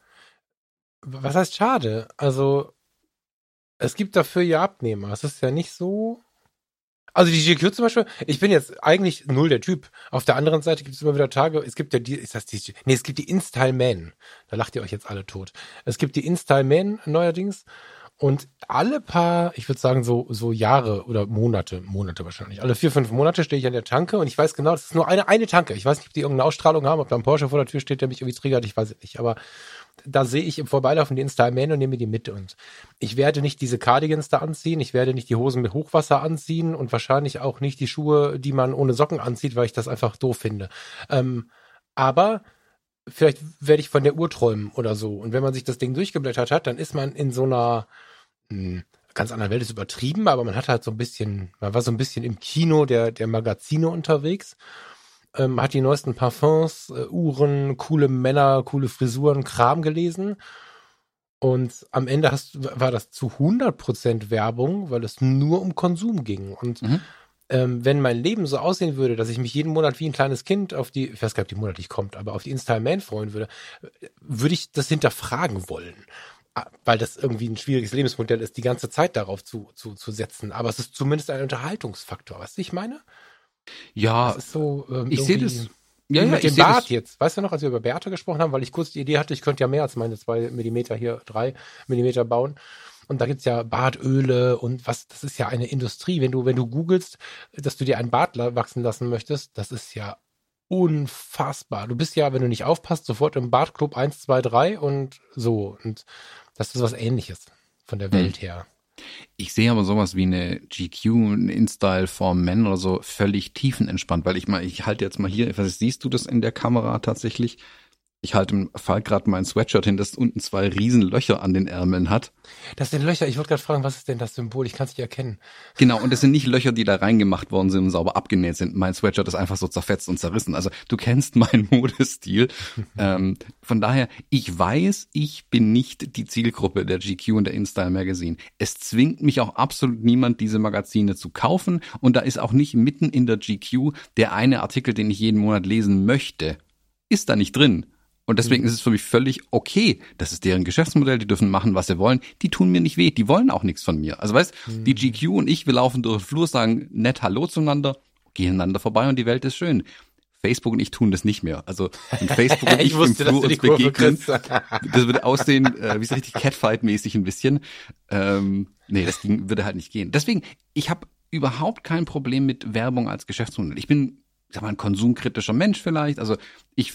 was heißt schade? Also, es gibt dafür ja Abnehmer. Es ist ja nicht so. Also die G Q zum Beispiel, ich bin jetzt eigentlich null der Typ. Auf der anderen Seite gibt es immer wieder Tage, es gibt ja die, ist das die, nee, es gibt die InStyle Man. Da lacht ihr euch jetzt alle tot. Es gibt die InStyle Man neuerdings und alle paar, ich würde sagen so so Jahre oder Monate, Monate wahrscheinlich, alle vier, fünf Monate stehe ich an der Tanke und ich weiß genau, das ist nur eine eine Tanke. Ich weiß nicht, ob die irgendeine Ausstrahlung haben, ob da ein Porsche vor der Tür steht, der mich irgendwie triggert, ich weiß es nicht, aber da sehe ich im Vorbeilaufen den InStyle Man und nehme die mit und ich werde nicht diese Cardigans da anziehen, ich werde nicht die Hosen mit Hochwasser anziehen und wahrscheinlich auch nicht die Schuhe, die man ohne Socken anzieht, weil ich das einfach doof finde. Ähm, aber vielleicht werde ich von der Uhr träumen oder so und wenn man sich das Ding durchgeblättert hat, dann ist man in so einer mh, ganz anderen Welt, ist übertrieben, aber man hat halt so ein bisschen, man war so ein bisschen im Kino der, der Magazine unterwegs. Ähm, hat die neuesten Parfums, äh, Uhren, coole Männer, coole Frisuren, Kram gelesen. Und am Ende hast, war das zu hundert Prozent Werbung, weil es nur um Konsum ging. Und mhm. ähm, wenn mein Leben so aussehen würde, dass ich mich jeden Monat wie ein kleines Kind auf die, ich weiß gar nicht, ob die monatlich kommt, aber auf die InStyle Man freuen würde, würde ich das hinterfragen wollen. Weil das irgendwie ein schwieriges Lebensmodell ist, die ganze Zeit darauf zu, zu, zu setzen. Aber es ist zumindest ein Unterhaltungsfaktor. Weißt du, ich meine? Ja, das ist so, ähm, ich sehe das. Ja, ja, mit ich dem seh Bart das. jetzt. Weißt du noch, als wir über Bärte gesprochen haben, weil ich kurz die Idee hatte, ich könnte ja mehr als meine zwei Millimeter hier, drei Millimeter bauen. Und da gibt's ja Bartöle und was, das ist ja eine Industrie. Wenn du, wenn du googelst, dass du dir einen Bart wachsen lassen möchtest, das ist ja unfassbar. Du bist ja, wenn du nicht aufpasst, sofort im Bartclub eins, zwei, drei und so. Und das ist was Ähnliches von der Welt her. Ich sehe aber sowas wie eine G Q, ein InStyle for Men oder so völlig tiefenentspannt, weil ich mal, ich halte jetzt mal hier, ich weiß nicht, siehst du das in der Kamera tatsächlich? Ich halte im Fall gerade mein Sweatshirt hin, das unten zwei riesen Löcher an den Ärmeln hat. Das sind Löcher, ich wollte gerade fragen, was ist denn das Symbol? Ich kann es nicht erkennen. Genau, und das sind nicht Löcher, die da reingemacht worden sind und sauber abgenäht sind. Mein Sweatshirt ist einfach so zerfetzt und zerrissen. Also du kennst meinen Modestil. ähm, von daher, ich weiß, ich bin nicht die Zielgruppe der G Q und der InStyle Magazine. Es zwingt mich auch absolut niemand, diese Magazine zu kaufen. Und da ist auch nicht mitten in der G Q der eine Artikel, den ich jeden Monat lesen möchte, ist da nicht drin. Und deswegen mhm. ist es für mich völlig okay. Das ist deren Geschäftsmodell, die dürfen machen, was sie wollen. Die tun mir nicht weh, die wollen auch nichts von mir. Also weißt, mhm. die G Q und ich, wir laufen durch den Flur, sagen nett Hallo zueinander, gehen einander vorbei und die Welt ist schön. Facebook und ich tun das nicht mehr. Also wenn Facebook und ich, ich wusste, im Flur uns begegnen, das würde aussehen, äh, wie so richtig Catfight-mäßig ein bisschen. Ähm, nee, das ging, würde halt nicht gehen. Deswegen, ich habe überhaupt kein Problem mit Werbung als Geschäftsmodell. Ich bin, ich sag mal, ein konsumkritischer Mensch vielleicht. Also ich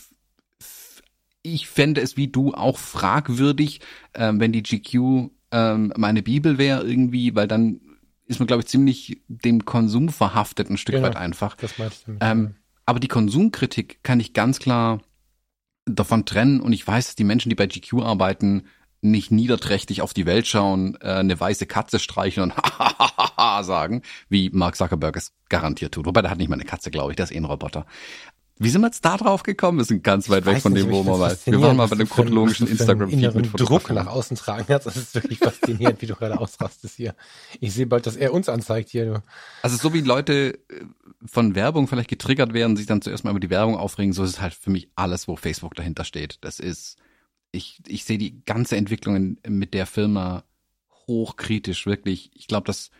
Ich fände es wie du auch fragwürdig, ähm, wenn die G Q ähm, meine Bibel wäre irgendwie, weil dann ist man, glaube ich, ziemlich dem Konsum verhaftet, ein Stück genau, weit einfach. Das meinst du. Ähm, aber die Konsumkritik kann ich ganz klar davon trennen und ich weiß, dass die Menschen, die bei G Q arbeiten, nicht niederträchtig auf die Welt schauen, äh, eine weiße Katze streicheln und Ja-Sagen, wie Mark Zuckerberg es garantiert tut. Wobei, der hat nicht mal eine Katze, glaube ich, der ist eh ein Roboter. Wie sind wir jetzt da drauf gekommen? Wir sind ganz weit ich weg von nicht, dem, wo wir mal. Wir waren mal bei einem chronologischen Instagram-Feed mit Druck nach außen tragen. Das ist wirklich faszinierend, wie du gerade ausrastest hier. Ich sehe bald, dass er uns anzeigt hier. Du. Also so wie Leute von Werbung vielleicht getriggert werden, sich dann zuerst mal über die Werbung aufregen, so ist es halt für mich alles, wo Facebook dahinter steht. Das ist, ich, ich sehe die ganze Entwicklung mit der Firma hochkritisch, wirklich. Ich glaube, dass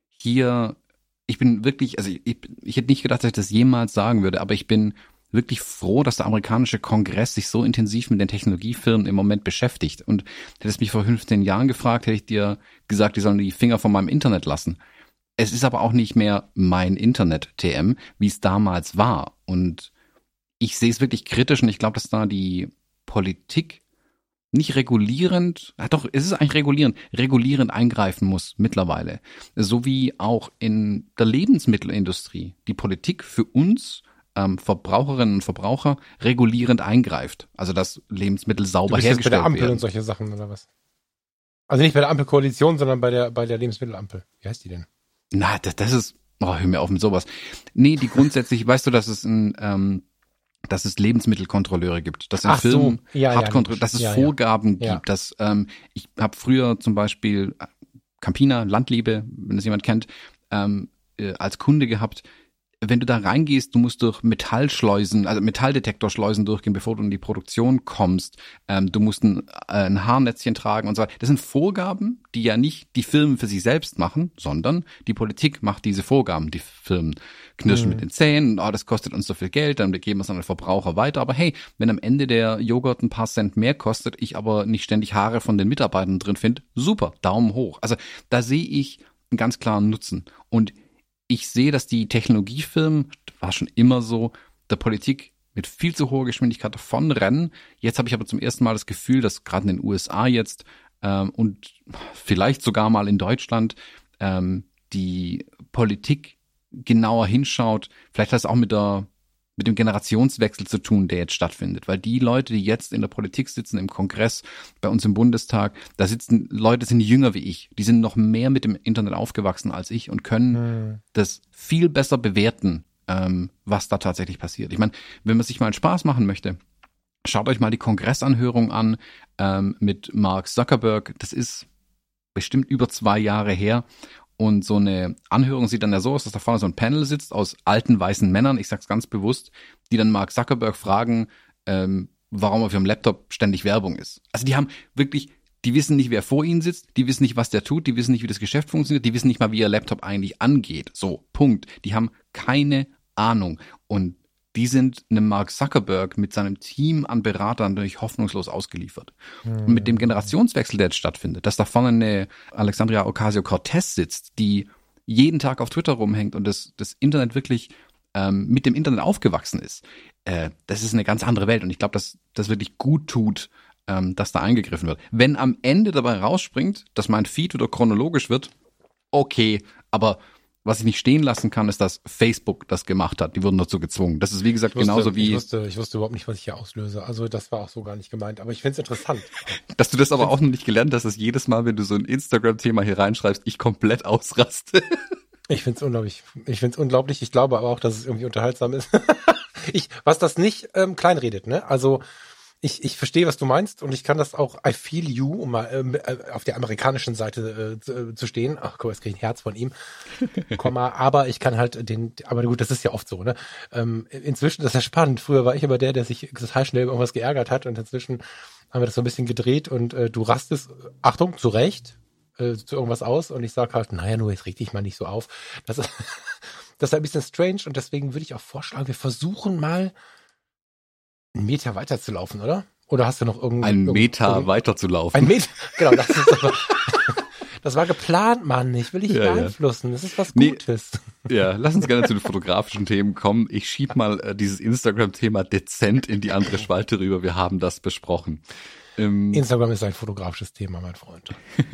hier, ich bin wirklich, also ich, ich hätte nicht gedacht, dass ich das jemals sagen würde, aber ich bin wirklich froh, dass der amerikanische Kongress sich so intensiv mit den Technologiefirmen im Moment beschäftigt. Und hättest mich vor fünfzehn Jahren gefragt, hätte ich dir gesagt, die sollen die Finger von meinem Internet lassen. Es ist aber auch nicht mehr mein Internet, T M, wie es damals war. Und ich sehe es wirklich kritisch und ich glaube, dass da die Politik nicht regulierend, ja doch, es ist eigentlich regulierend, regulierend eingreifen muss mittlerweile. So wie auch in der Lebensmittelindustrie die Politik für uns ähm, Verbraucherinnen und Verbraucher regulierend eingreift. Also dass Lebensmittel sauber du bist hergestellt jetzt bei der Ampel werden. Und solche Sachen oder was? Also nicht bei der Ampelkoalition, sondern bei der bei der Lebensmittelampel. Wie heißt die denn? Na, das, das ist, oh, hör mir auf mit sowas. Nee, die grundsätzlich, weißt du, dass es ein, ähm, dass es Lebensmittelkontrolleure gibt, dass in Ach so. Filmen Ja, hart ja, kontrolliert, dass es ja, ja. Vorgaben Ja. gibt, dass ähm, ich habe früher zum Beispiel äh, Campina, Landliebe, wenn das jemand kennt, ähm, äh, als Kunde gehabt. Wenn du da reingehst, du musst durch Metallschleusen, also Metalldetektorschleusen durchgehen, bevor du in die Produktion kommst. Ähm, du musst ein, äh, ein Haarnetzchen tragen und so weiter. Das sind Vorgaben, die ja nicht die Firmen für sich selbst machen, sondern die Politik macht diese Vorgaben. Die Firmen knirschen Mhm. mit den Zähnen, oh, das kostet uns so viel Geld, dann geben wir es an den Verbraucher weiter. Aber hey, wenn am Ende der Joghurt ein paar Cent mehr kostet, ich aber nicht ständig Haare von den Mitarbeitern drin finde, super, Daumen hoch. Also da sehe ich einen ganz klaren Nutzen. Und ich sehe, dass die Technologiefirmen, das war schon immer so, der Politik mit viel zu hoher Geschwindigkeit davonrennen. Jetzt habe ich aber zum ersten Mal das Gefühl, dass gerade in den U S A jetzt ähm, und vielleicht sogar mal in Deutschland ähm, die Politik genauer hinschaut. Vielleicht hat es auch mit der mit dem Generationswechsel zu tun, der jetzt stattfindet. Weil die Leute, die jetzt in der Politik sitzen, im Kongress, bei uns im Bundestag, da sitzen Leute, sind jünger wie ich. Die sind noch mehr mit dem Internet aufgewachsen als ich und können Mhm. das viel besser bewerten, ähm, was da tatsächlich passiert. Ich meine, wenn man sich mal einen Spaß machen möchte, schaut euch mal die Kongressanhörung an ähm, mit Mark Zuckerberg. Das ist bestimmt über zwei Jahre her. Und so eine Anhörung sieht dann ja so aus, dass da vorne so ein Panel sitzt aus alten weißen Männern, ich sag's ganz bewusst, die dann Mark Zuckerberg fragen, ähm, warum auf ihrem Laptop ständig Werbung ist. Also die haben wirklich, die wissen nicht, wer vor ihnen sitzt, die wissen nicht, was der tut, die wissen nicht, wie das Geschäft funktioniert, die wissen nicht mal, wie ihr Laptop eigentlich angeht. So, Punkt. Die haben keine Ahnung. Und die sind einem Mark Zuckerberg mit seinem Team an Beratern natürlich hoffnungslos ausgeliefert. Mhm. Und mit dem Generationswechsel, der jetzt stattfindet, dass da vorne eine Alexandria Ocasio-Cortez sitzt, die jeden Tag auf Twitter rumhängt und das, das Internet wirklich ähm, mit dem Internet aufgewachsen ist, äh, das ist eine ganz andere Welt. Und ich glaube, dass das wirklich gut tut, ähm, dass da eingegriffen wird. Wenn am Ende dabei rausspringt, dass mein Feed wieder chronologisch wird, okay, aber was ich nicht stehen lassen kann, ist, dass Facebook das gemacht hat. Die wurden dazu gezwungen. Das ist, wie gesagt, Ich wusste, genauso wie, Ich wusste, ich wusste überhaupt nicht, was ich hier auslöse. Also das war auch so gar nicht gemeint. Aber ich finde es interessant. dass du das aber auch noch nicht gelernt hast, dass jedes Mal, wenn du so ein Instagram-Thema hier reinschreibst, ich komplett ausraste. Ich finde es unglaublich. Ich finde es unglaublich. Ich glaube aber auch, dass es irgendwie unterhaltsam ist. ich, was das nicht ähm, kleinredet, ne? Also ich, ich verstehe, was du meinst und ich kann das auch, I feel you, um mal ähm, äh, auf der amerikanischen Seite äh, zu, zu stehen. Ach guck mal, jetzt kriege ich ein Herz von ihm. Komma, aber ich kann halt den, aber gut, das ist ja oft so, ne? Ähm, inzwischen, das ist ja spannend. Früher war ich immer der, der sich total schnell über irgendwas geärgert hat und inzwischen haben wir das so ein bisschen gedreht und äh, du rastest, Achtung, zu Recht, äh, zu irgendwas aus und ich sag halt, naja, nur jetzt reg dich mal nicht so auf. Das ist, das ist ein bisschen strange und deswegen würde ich auch vorschlagen, wir versuchen mal einen Meter weiterzulaufen, oder? Oder hast du noch irgendwie Einen Meter irgend, weiterzulaufen. Ein Meter, genau, das ist aber, das war geplant, Mann. Ich will dich Ja, ja. beeinflussen. Das ist was Nee. Gutes. Ja, lass uns gerne zu den fotografischen Themen kommen. Ich schieb mal äh, dieses Instagram-Thema dezent in die andere Spalte rüber. Wir haben das besprochen. Ähm, Instagram ist ein fotografisches Thema, mein Freund.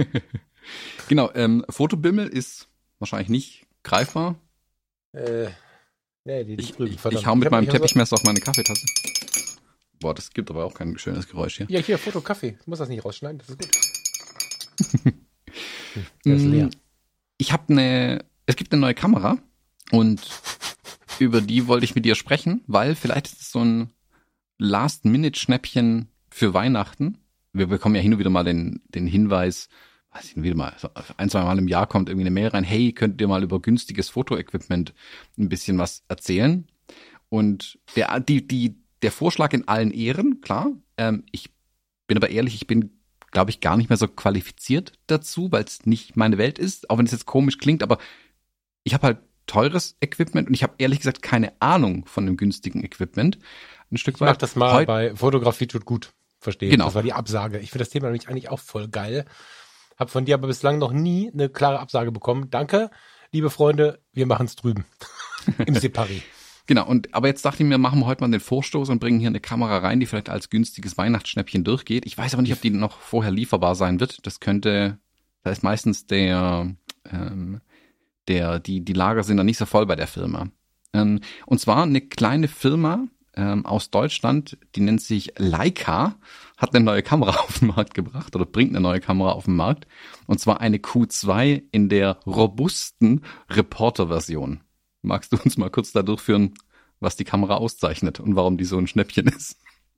genau, ähm, Fotobimmel ist wahrscheinlich nicht greifbar. Äh, nee, die, die Ich, drüben, ich, verdammt. ich hau mit hab- meinem ich hab so- Teppichmesser auf meine Kaffeetasse. Boah, das gibt aber auch kein schönes Geräusch hier. Ja, hier, Foto, Kaffee. Ich muss das nicht rausschneiden, das ist gut. Hm, der ist leer. Ich habe eine es gibt eine neue Kamera und über die wollte ich mit dir sprechen, weil vielleicht ist es so ein Last-Minute-Schnäppchen für Weihnachten. Wir bekommen ja hin und wieder mal den, den Hinweis, weiß ich nicht, wieder mal, so ein, zwei Mal im Jahr kommt irgendwie eine Mail rein, hey, könnt ihr mal über günstiges Fotoequipment ein bisschen was erzählen? Und der, die, die, der Vorschlag in allen Ehren, klar. Ähm, ich bin aber ehrlich, ich bin, glaube ich, gar nicht mehr so qualifiziert dazu, weil es nicht meine Welt ist, auch wenn es jetzt komisch klingt, aber ich habe halt teures Equipment und ich habe ehrlich gesagt keine Ahnung von dem günstigen Equipment. Ein Stück Ich mach weit. das mal Heut- bei Fotografie tut gut. Verstehe. Genau. Das war die Absage. Ich finde das Thema nämlich eigentlich auch voll geil. Hab von dir aber bislang noch nie eine klare Absage bekommen. Danke, liebe Freunde, wir machen es drüben. Im Separé. Genau, und aber jetzt dachte ich mir, machen wir heute mal den Vorstoß und bringen hier eine Kamera rein, die vielleicht als günstiges Weihnachtsschnäppchen durchgeht. Ich weiß aber nicht, ob die noch vorher lieferbar sein wird. Das könnte, da ist meistens der, ähm, der, die, die Lager sind dann nicht so voll bei der Firma. Ähm, und zwar eine kleine Firma ähm, aus Deutschland, die nennt sich Leica, hat eine neue Kamera auf den Markt gebracht oder bringt eine neue Kamera auf den Markt. Und zwar eine Q zwei in der robusten Reporter-Version. Magst du uns mal kurz da durchführen, was die Kamera auszeichnet und warum die so ein Schnäppchen ist?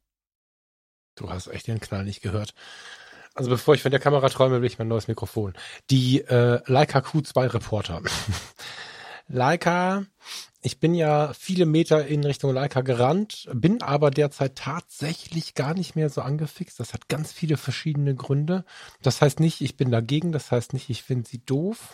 Du hast echt den Knall nicht gehört. Also bevor ich von der Kamera träume, will ich mein neues Mikrofon. Die äh, Leica Q zwei Reporter. Leica, ich bin ja viele Meter in Richtung Leica gerannt, bin aber derzeit tatsächlich gar nicht mehr so angefixt. Das hat ganz viele verschiedene Gründe. Das heißt nicht, ich bin dagegen, das heißt nicht, ich finde sie doof,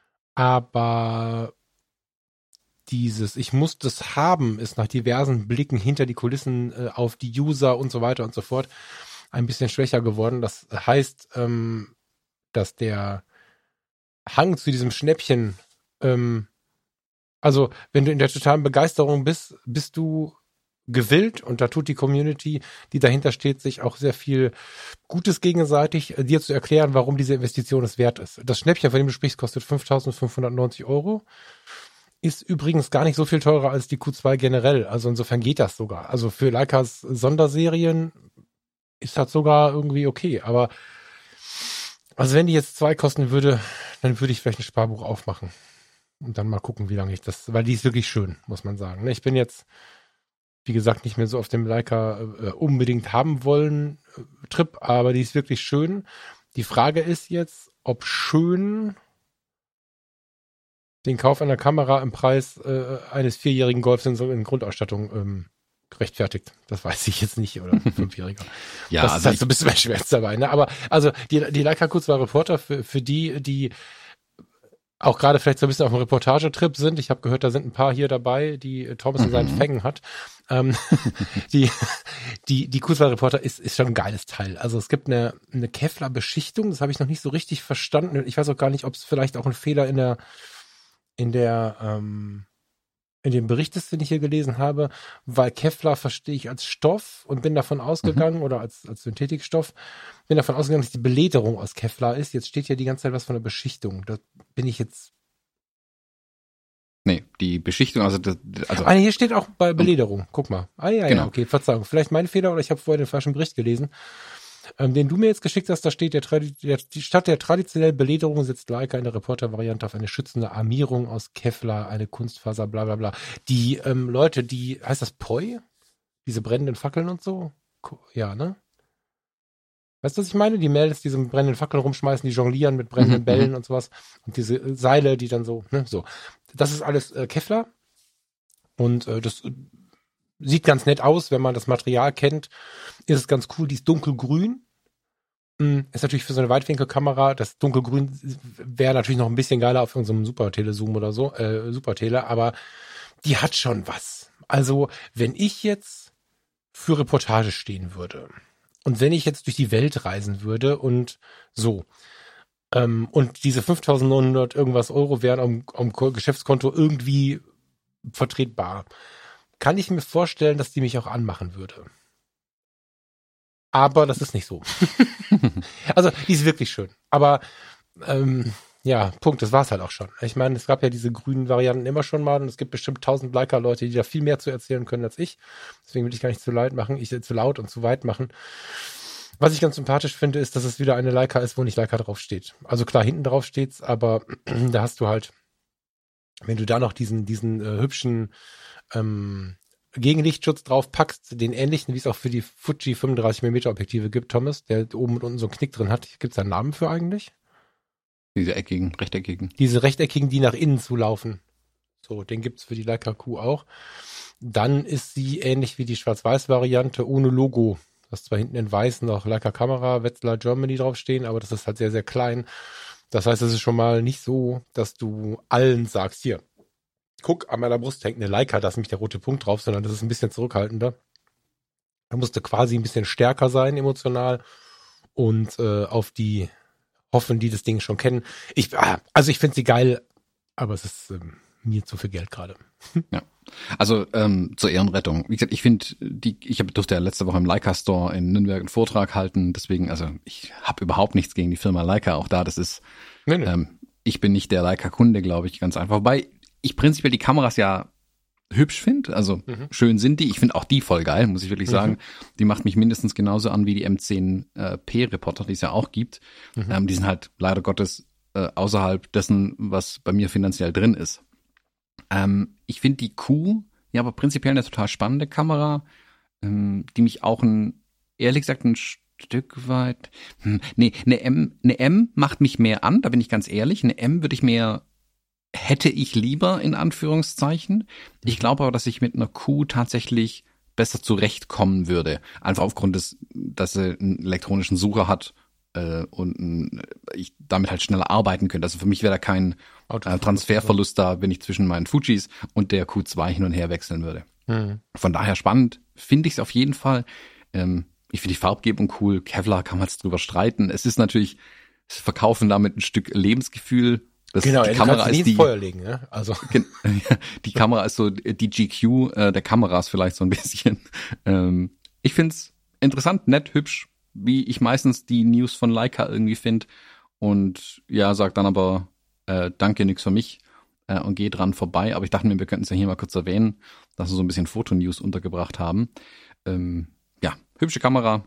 aber dieses, ich muss das haben, ist nach diversen Blicken hinter die Kulissen äh, auf die User und so weiter und so fort ein bisschen schwächer geworden. Das heißt, ähm, dass der Hang zu diesem Schnäppchen, ähm, also wenn du in der totalen Begeisterung bist, bist du gewillt und da tut die Community, die dahinter steht, sich auch sehr viel Gutes gegenseitig, äh, dir zu erklären, warum diese Investition es wert ist. Das Schnäppchen, von dem du sprichst, kostet fünftausendfünfhundertneunzig Euro. Ist übrigens gar nicht so viel teurer als die Q zwei generell. Also insofern geht das sogar. Also für Leicas Sonderserien ist das sogar irgendwie okay. Aber also wenn die jetzt zwei kosten würde, dann würde ich vielleicht ein Sparbuch aufmachen. Und dann mal gucken, wie lange ich das, weil die ist wirklich schön, muss man sagen. Ich bin jetzt, wie gesagt, nicht mehr so auf dem Leica äh, unbedingt haben wollen äh, Trip, aber die ist wirklich schön. Die Frage ist jetzt, ob schön den Kauf einer Kamera im Preis äh, eines vierjährigen Golfs in, so in Grundausstattung ähm, gerechtfertigt. Das weiß ich jetzt nicht, oder fünfjähriger. Ja, das also ist halt ich, so ein bisschen mein Schmerz dabei. Ne? Aber also die, die Leica Q zwei Reporter, für, für die, die auch gerade vielleicht so ein bisschen auf einem Reportagetrip sind. Ich habe gehört, da sind ein paar hier dabei, die Thomas in seinen Mhm. Fängen hat. Ähm, die die die Q zwei Reporter ist ist schon ein geiles Teil. Also es gibt eine eine Kevlar-Beschichtung, das habe ich noch nicht so richtig verstanden. Ich weiß auch gar nicht, ob es vielleicht auch ein Fehler in der in der ähm, in dem Bericht ist, den ich hier gelesen habe, weil Kevlar verstehe ich als Stoff und bin davon ausgegangen, oder als, als Synthetikstoff, bin davon ausgegangen, dass die Belederung aus Kevlar ist. Jetzt steht ja die ganze Zeit was von der Beschichtung. Da bin ich jetzt... nee, die Beschichtung, also, das, also Ah, hier steht auch bei Belederung. Guck mal. Ah ja, Genau. ja, okay, Verzeihung. Vielleicht mein Fehler oder ich habe vorher den falschen Bericht gelesen. Ähm, den du mir jetzt geschickt hast, da steht, der, Tradi- der die statt der traditionellen Belederung setzt Leica in der Reporter-Variante auf eine schützende Armierung aus Kevlar, eine Kunstfaser, bla bla bla. Die ähm, Leute, die, heißt das Poi? Diese brennenden Fackeln und so? Ko- Ja, ne? Weißt du, was ich meine? Die Mädels, die so mit brennenden Fackeln rumschmeißen, die jonglieren mit brennenden Mhm, Bällen und sowas. Und diese äh, Seile, die dann so, ne, so. Das ist alles äh, Kevlar. Und äh, das äh, sieht ganz nett aus, wenn man das Material kennt. Ist es ganz cool. Die ist dunkelgrün. Mm, Ist natürlich für so eine Weitwinkelkamera. Das dunkelgrün wäre natürlich noch ein bisschen geiler auf unserem Super-Telezoom oder so, äh, Super-Tele, aber die hat schon was. Also, wenn ich jetzt für Reportage stehen würde und wenn ich jetzt durch die Welt reisen würde und so, ähm, und diese fünftausendneunhundert irgendwas Euro wären am, am Ko- Geschäftskonto irgendwie vertretbar, kann ich mir vorstellen, dass die mich auch anmachen würde. Aber das ist nicht so. Also, die ist wirklich schön. Aber, ähm, ja, Punkt, das war's halt auch schon. Ich meine, es gab ja diese grünen Varianten immer schon mal und es gibt bestimmt tausend Leica-Leute, die da viel mehr zu erzählen können als ich. Deswegen will ich gar nicht zu laut machen, ich zu laut und zu weit machen. Was ich ganz sympathisch finde, ist, dass es wieder eine Leica ist, wo nicht Leica draufsteht. Also klar, hinten drauf steht's, aber da hast du halt wenn du da noch diesen, diesen äh, hübschen ähm, Gegenlichtschutz drauf packst, den ähnlichen, wie es auch für die Fuji fünfunddreißig Millimeter Objektive gibt, Thomas, der oben und unten so einen Knick drin hat. Gibt es da einen Namen für eigentlich? Diese eckigen, rechteckigen. Diese rechteckigen, die nach innen zulaufen. So, den gibt's für die Leica Q auch. Dann ist sie ähnlich wie die Schwarz-Weiß-Variante ohne Logo. Das ist zwar hinten in weiß noch Leica Kamera, Wetzlar Germany draufstehen, aber das ist halt sehr, sehr klein. Das heißt, es ist schon mal nicht so, dass du allen sagst, hier, guck, an meiner Brust hängt eine Leica, da ist nämlich der rote Punkt drauf, sondern das ist ein bisschen zurückhaltender. Da musste quasi ein bisschen stärker sein, emotional, und äh, auf die hoffen, die das Ding schon kennen. Ich, also ich finde sie geil, aber es ist ähm, mir zu viel Geld gerade. Ja, also ähm, zur Ehrenrettung. Wie gesagt, ich finde, die, ich hab, durfte ja letzte Woche im Leica Store in Nürnberg einen Vortrag halten, deswegen, also ich habe überhaupt nichts gegen die Firma Leica, auch da, das ist, nee, nee. Ähm, ich bin nicht der Leica-Kunde, glaube ich, ganz einfach. Wobei ich prinzipiell die Kameras ja hübsch finde, also mhm. schön sind die. Ich finde auch die voll geil, muss ich wirklich sagen. Mhm. Die macht mich mindestens genauso an wie die M zehn P Reporter, die es ja auch gibt. Mhm. Ähm, die sind halt leider Gottes äh, außerhalb dessen, was bei mir finanziell drin ist. Ähm, ich finde die Q ja aber prinzipiell eine total spannende Kamera, ähm, die mich auch ein, ehrlich gesagt, ein Stück weit, hm, nee, eine M, eine M macht mich mehr an, da bin ich ganz ehrlich. Eine M würde ich mehr hätte ich lieber, in Anführungszeichen. Ich glaube aber, dass ich mit einer Q tatsächlich besser zurechtkommen würde. Einfach aufgrund des, dass sie einen elektronischen Sucher hat äh, und ein, ich damit halt schneller arbeiten könnte. Also für mich wäre da kein äh, Transferverlust da, wenn ich zwischen meinen Fujis und der Q zwei hin und her wechseln würde. Mhm. Von daher spannend, finde ich es auf jeden Fall. Ähm, ich finde die Farbgebung cool. Kevlar kann man jetzt drüber streiten. Es ist natürlich, sie verkaufen damit ein Stück Lebensgefühl. Das, genau, die ja, Kamera ist ins die, Feuer legen, ne? Also die Kamera ist so die G Q äh, der Kameras vielleicht so ein bisschen. Ähm, ich find's interessant, nett, hübsch, wie ich meistens die News von Leica irgendwie finde. Und ja, sag dann aber äh, danke, nix für mich äh, und gehe dran vorbei. Aber ich dachte mir, wir könnten es ja hier mal kurz erwähnen, dass wir so ein bisschen Fotonews untergebracht haben. Ähm, ja, hübsche Kamera.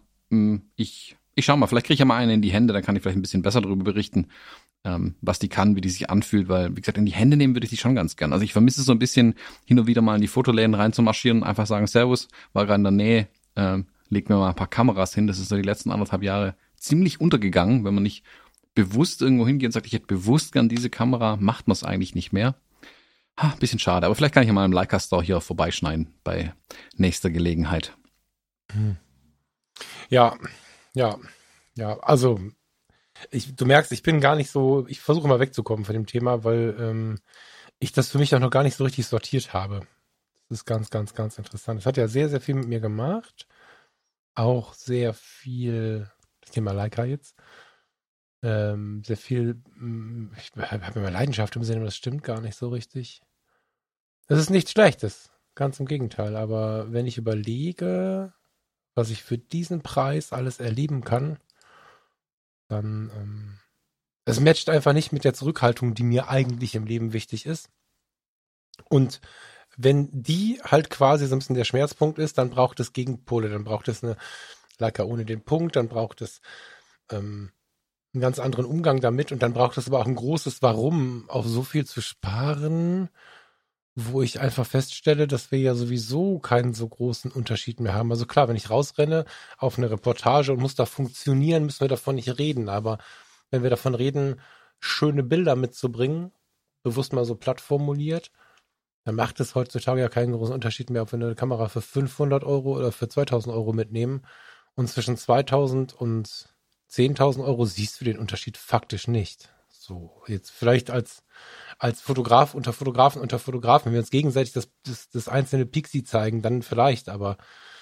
Ich ich schau mal, vielleicht kriege ich ja mal eine in die Hände, dann kann ich vielleicht ein bisschen besser darüber berichten. Ähm, was die kann, wie die sich anfühlt, weil, wie gesagt, in die Hände nehmen würde ich die schon ganz gern. Also ich vermisse es so ein bisschen, hin und wieder mal in die Fotoläden reinzumarschieren und einfach sagen, Servus, war gerade in der Nähe, ähm, leg mir mal ein paar Kameras hin. Das ist so die letzten anderthalb Jahre ziemlich untergegangen, wenn man nicht bewusst irgendwo hingeht und sagt, ich hätte bewusst gern diese Kamera, macht man es eigentlich nicht mehr. Ha, bisschen schade, aber vielleicht kann ich ja mal im Leica Store hier vorbeischneiden bei nächster Gelegenheit. Ja, ja, ja, also Ich, du merkst, ich bin gar nicht so, ich versuche mal wegzukommen von dem Thema, weil ähm, ich das für mich auch noch gar nicht so richtig sortiert habe. Das ist ganz, ganz, ganz interessant. Es hat ja sehr, sehr viel mit mir gemacht. Auch sehr viel, das Thema Leica jetzt, ähm, sehr viel, ich habe immer Leidenschaft im Sinne, aber das stimmt gar nicht so richtig. Das ist nichts Schlechtes, ganz im Gegenteil. Aber wenn ich überlege, was ich für diesen Preis alles erleben kann, dann, ähm, es matcht einfach nicht mit der Zurückhaltung, die mir eigentlich im Leben wichtig ist. Und wenn die halt quasi so ein bisschen der Schmerzpunkt ist, dann braucht es Gegenpole, dann braucht es eine Leica ohne den Punkt, dann braucht es ähm, einen ganz anderen Umgang damit und dann braucht es aber auch ein großes Warum, auf so viel zu sparen, wo ich einfach feststelle, dass wir ja sowieso keinen so großen Unterschied mehr haben. Also klar, wenn ich rausrenne auf eine Reportage und muss da funktionieren, müssen wir davon nicht reden. Aber wenn wir davon reden, schöne Bilder mitzubringen, bewusst mal so platt formuliert, dann macht es heutzutage ja keinen großen Unterschied mehr, ob wir eine Kamera für fünfhundert Euro oder für zweitausend Euro mitnehmen. Und zwischen zweitausend und zehntausend Euro siehst du den Unterschied faktisch nicht. So, jetzt vielleicht als als Fotograf unter Fotografen unter Fotografen, wenn wir uns gegenseitig das, das, das einzelne Pixie zeigen, dann vielleicht, aber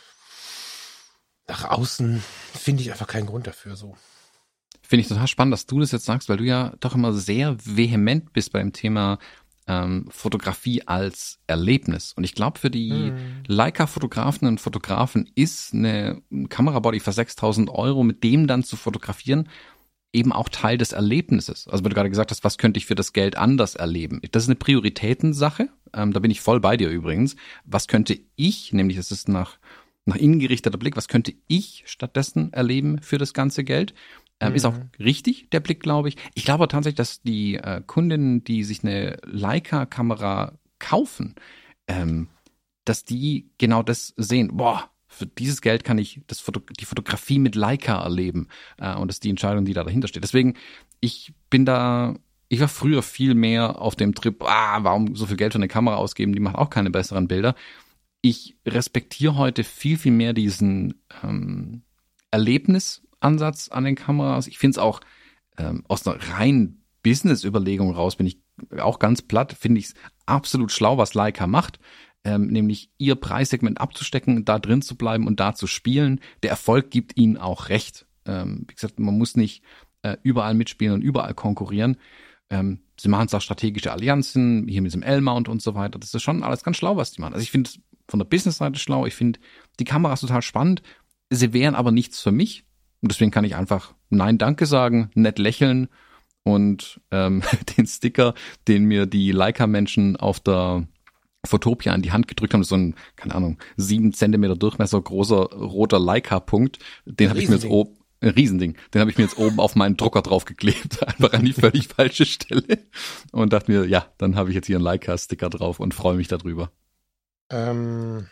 nach außen finde ich einfach keinen Grund dafür so. Finde ich total spannend, dass du das jetzt sagst, weil du ja doch immer sehr vehement bist beim Thema ähm, Fotografie als Erlebnis. Und ich glaube, für die hm. Leica-Fotografen und Fotografen ist eine Kamerabody für sechstausend Euro, mit dem dann zu fotografieren, eben auch Teil des Erlebnisses. Also weil du gerade gesagt hast, was könnte ich für das Geld anders erleben? Das ist eine Prioritätensache. Ähm, da bin ich voll bei dir übrigens. Was könnte ich, nämlich das ist nach, nach innen gerichteter Blick, was könnte ich stattdessen erleben für das ganze Geld? Ähm, mhm. Ist auch richtig, der Blick, glaube ich. Ich glaube tatsächlich, dass die äh, Kundinnen, die sich eine Leica-Kamera kaufen, ähm, dass die genau das sehen. Boah, für dieses Geld kann ich das Foto- die Fotografie mit Leica erleben. Äh, und das ist die Entscheidung, die da dahinter steht. Deswegen, ich bin da, ich war früher viel mehr auf dem Trip, ah, warum so viel Geld für eine Kamera ausgeben, die macht auch keine besseren Bilder. Ich respektiere heute viel, viel mehr diesen ähm, Erlebnisansatz an den Kameras. Ich finde es auch ähm, aus einer reinen Business-Überlegung raus, bin ich auch ganz platt, finde ich es absolut schlau, was Leica macht, ähm, nämlich ihr Preissegment abzustecken, da drin zu bleiben und da zu spielen. Der Erfolg gibt ihnen auch recht. Ähm, wie gesagt, man muss nicht äh, überall mitspielen und überall konkurrieren. Ähm, sie machen es auch strategische Allianzen, hier mit diesem L-Mount und so weiter. Das ist schon alles ganz schlau, was die machen. Also ich finde es von der Business-Seite schlau. Ich finde die Kameras total spannend. Sie wären aber nichts für mich. Und deswegen kann ich einfach Nein, Danke sagen, nett lächeln und ähm, den Sticker, den mir die Leica-Menschen auf der Fotopia in die Hand gedrückt haben, das ist so ein, keine Ahnung, sieben Zentimeter Durchmesser großer roter Leica-Punkt. Den habe ich mir jetzt oben, ein Riesending, den habe ich mir jetzt oben auf meinen Drucker draufgeklebt, einfach an die völlig falsche Stelle und dachte mir, ja, dann habe ich jetzt hier einen Leica-Sticker drauf und freue mich darüber. Ähm,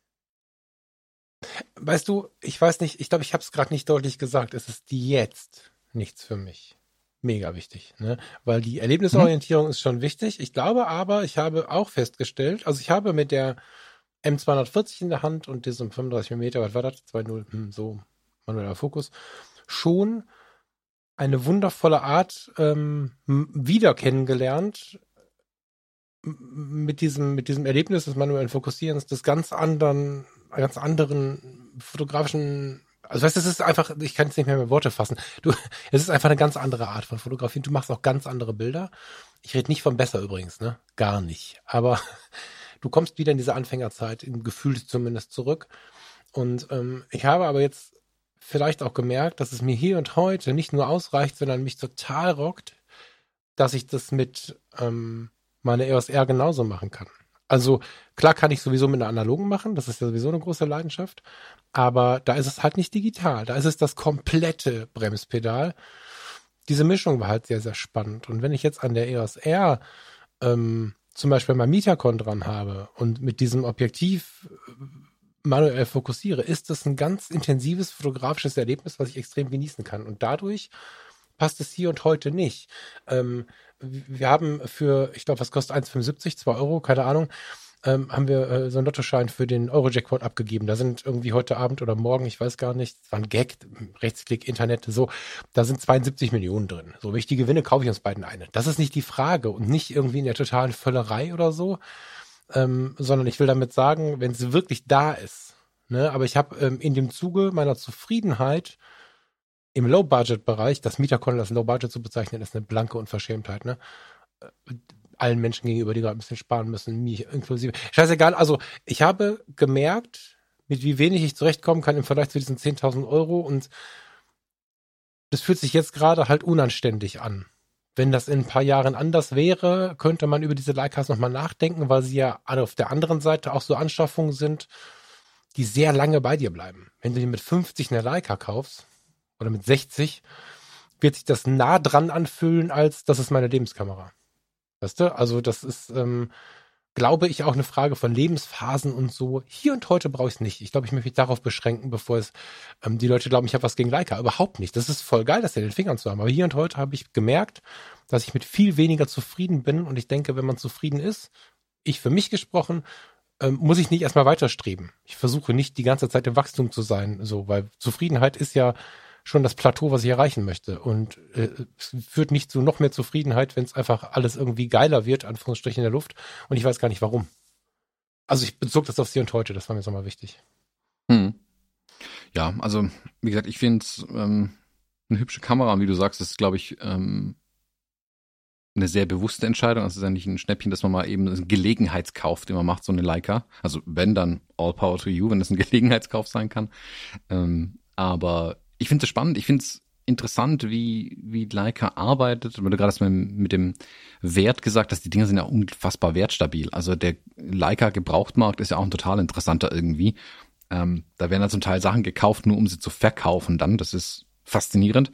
weißt du, ich weiß nicht, ich glaube, ich habe es gerade nicht deutlich gesagt, es ist jetzt nichts für mich. Mega wichtig, ne? Weil die Erlebnisorientierung mhm. ist schon wichtig. Ich glaube aber, ich habe auch festgestellt, also ich habe mit der M zweihundertvierzig in der Hand und diesem fünfunddreißig Millimeter, was war das? zwei Komma null, hm, so manueller Fokus, schon eine wundervolle Art ähm, wieder kennengelernt mit diesem, mit diesem Erlebnis des manuellen Fokussierens, des ganz anderen, ganz anderen fotografischen. Also weißt du, es ist einfach, ich kann es nicht mehr mit Worte fassen. Du, es ist einfach eine ganz andere Art von Fotografie. Du machst auch ganz andere Bilder. Ich rede nicht von besser übrigens, ne? Gar nicht. Aber du kommst wieder in diese Anfängerzeit, im Gefühl zumindest zurück. Und ähm, ich habe aber jetzt vielleicht auch gemerkt, dass es mir hier und heute nicht nur ausreicht, sondern mich total rockt, dass ich das mit ähm, meiner E O S R genauso machen kann. Also klar kann ich sowieso mit einer analogen machen, das ist ja sowieso eine große Leidenschaft, aber da ist es halt nicht digital, da ist es das komplette Bremspedal. Diese Mischung war halt sehr, sehr spannend. Und wenn ich jetzt an der E O S R ähm, zum Beispiel mein Mitacon dran habe und mit diesem Objektiv manuell fokussiere, ist das ein ganz intensives fotografisches Erlebnis, was ich extrem genießen kann. Und dadurch passt es hier und heute nicht. Ähm, wir haben für, ich glaube, was kostet eins Komma fünfundsiebzig, zwei Euro, keine Ahnung, ähm, haben wir äh, so einen Lottoschein für den Euro-Jackpot abgegeben. Da sind irgendwie heute Abend oder morgen, ich weiß gar nicht, es war ein Gag, Rechtsklick, Internet, so, da sind zweiundsiebzig Millionen drin. So, wenn ich die gewinne, kaufe ich uns beiden eine. Das ist nicht die Frage und nicht irgendwie in der totalen Völlerei oder so, ähm, sondern ich will damit sagen, wenn sie wirklich da ist, ne, aber ich habe ähm, in dem Zuge meiner Zufriedenheit im Low-Budget-Bereich, das Mitacon als Low-Budget zu bezeichnen, ist eine blanke Unverschämtheit, ne? Allen Menschen gegenüber, die gerade ein bisschen sparen müssen, mich inklusive. Scheißegal, also ich habe gemerkt, mit wie wenig ich zurechtkommen kann im Vergleich zu diesen zehntausend Euro und das fühlt sich jetzt gerade halt unanständig an. Wenn das in ein paar Jahren anders wäre, könnte man über diese Leicas nochmal nachdenken, weil sie ja auf der anderen Seite auch so Anschaffungen sind, die sehr lange bei dir bleiben. Wenn du dir mit fünfzig eine Leica kaufst, oder mit sechzig, wird sich das nah dran anfühlen, als das ist meine Lebenskamera. Weißt du? Also das ist, ähm, glaube ich, auch eine Frage von Lebensphasen und so. Hier und heute brauche ich es nicht. Ich glaube, ich möchte mich darauf beschränken, bevor es ähm, die Leute glauben, ich habe was gegen Leica. Überhaupt nicht. Das ist voll geil, das in den Fingern zu haben. Aber hier und heute habe ich gemerkt, dass ich mit viel weniger zufrieden bin. Und ich denke, wenn man zufrieden ist, ich für mich gesprochen, ähm, muss ich nicht erstmal weiterstreben. Ich versuche nicht die ganze Zeit im Wachstum zu sein, so, weil Zufriedenheit ist ja schon das Plateau, was ich erreichen möchte. Und äh, es führt nicht zu noch mehr Zufriedenheit, wenn es einfach alles irgendwie geiler wird, Anführungsstrichen in der Luft. Und ich weiß gar nicht, warum. Also ich bezog das auf Sie und heute, das war mir jetzt nochmal wichtig. Hm. Ja, also wie gesagt, ich finde es ähm, eine hübsche Kamera. Und wie du sagst, das ist, glaube ich, ähm, eine sehr bewusste Entscheidung. Also es ist ja nicht ein Schnäppchen, dass man mal eben einen Gelegenheitskauf, den man macht, so eine Leica. Also wenn, dann all power to you, wenn das ein Gelegenheitskauf sein kann. Ähm, aber ich finde es spannend, ich finde es interessant, wie wie Leica arbeitet. Weil du gerade mit, mit dem Wert gesagt hast, die Dinger sind ja unfassbar wertstabil. Also der Leica-Gebrauchtmarkt ist ja auch ein total interessanter irgendwie. Ähm, da werden ja zum Teil Sachen gekauft, nur um sie zu verkaufen dann. Das ist faszinierend.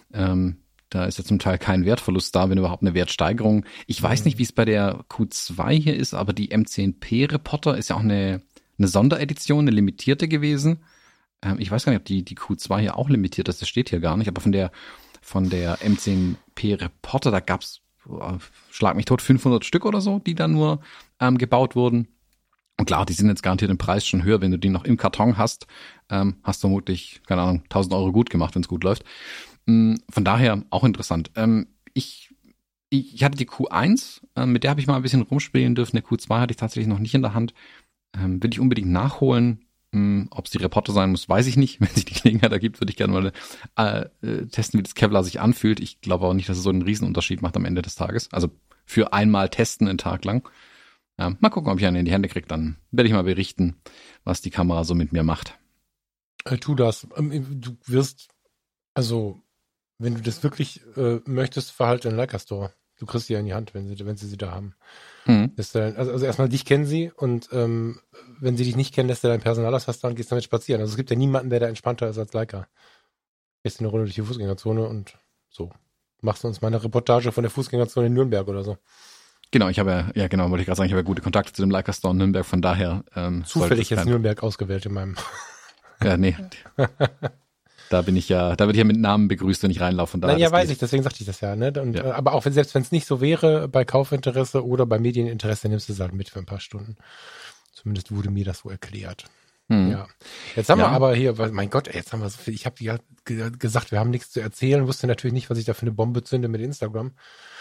Ähm, da ist ja zum Teil kein Wertverlust da, wenn überhaupt eine Wertsteigerung. Ich weiß nicht, wie es bei der Q zwei hier ist, aber die M zehn P Reporter ist ja auch eine, eine Sonderedition, eine limitierte gewesen. Ähm, ich weiß gar nicht, ob die, die Q zwei hier auch limitiert ist, das steht hier gar nicht, aber von der, von der M zehn P Reporter, da gab's, schlag mich tot, fünfhundert Stück oder so, die dann nur ähm, gebaut wurden. Und klar, die sind jetzt garantiert im Preis schon höher, wenn du die noch im Karton hast, ähm, hast du vermutlich, keine Ahnung, tausend Euro gut gemacht, wenn es gut läuft. Von daher auch interessant. Ähm, ich, ich hatte die Q eins, ähm, mit der habe ich mal ein bisschen rumspielen dürfen. Eine Q zwei hatte ich tatsächlich noch nicht in der Hand. Ähm, will ich unbedingt nachholen. Ähm, Ob es die Reporter sein muss, weiß ich nicht. Wenn sich die Gelegenheit ergibt, würde ich gerne mal äh, testen, wie das Kevlar sich anfühlt. Ich glaube auch nicht, dass es so einen Riesenunterschied macht am Ende des Tages. Also für einmal testen einen Tag lang. Ja, mal gucken, ob ich einen in die Hände kriege. Dann werde ich mal berichten, was die Kamera so mit mir macht. Äh, tu das. Ähm, du wirst, also wenn du das wirklich äh, möchtest, verhalte den Leica Store. Du kriegst sie ja in die Hand, wenn sie, wenn sie sie da haben. Mhm. Ist, äh, also, also erstmal dich kennen sie und ähm, wenn sie dich nicht kennen, lässt du deinen Personalausweis da und gehst damit spazieren. Also es gibt ja niemanden, der da entspannter ist als Leica. Gehst in eine Runde durch die Fußgängerzone und so. Machst du uns mal eine Reportage von der Fußgängerzone in Nürnberg oder so. Genau, ich habe ja, ja genau, wollte ich gerade sagen, ich habe ja gute Kontakte zu dem Leica Store in Nürnberg, von daher ähm, zufällig jetzt Nürnberg ausgewählt in meinem. Ja, nee. Da bin ich ja, da werde ich ja mit Namen begrüßt, wenn ich reinlaufe. Nein, ja, weiß geht. ich, deswegen sagte ich das ja. Ne? Und, ja. Aber auch wenn, selbst wenn es nicht so wäre, bei Kaufinteresse oder bei Medieninteresse, nimmst du es halt mit für ein paar Stunden. Zumindest wurde mir das so erklärt. Hm. Ja. Jetzt haben ja. wir aber hier, mein Gott, jetzt haben wir so viel, ich habe ja gesagt, wir haben nichts zu erzählen, wusste natürlich nicht, was ich da für eine Bombe zünde mit Instagram.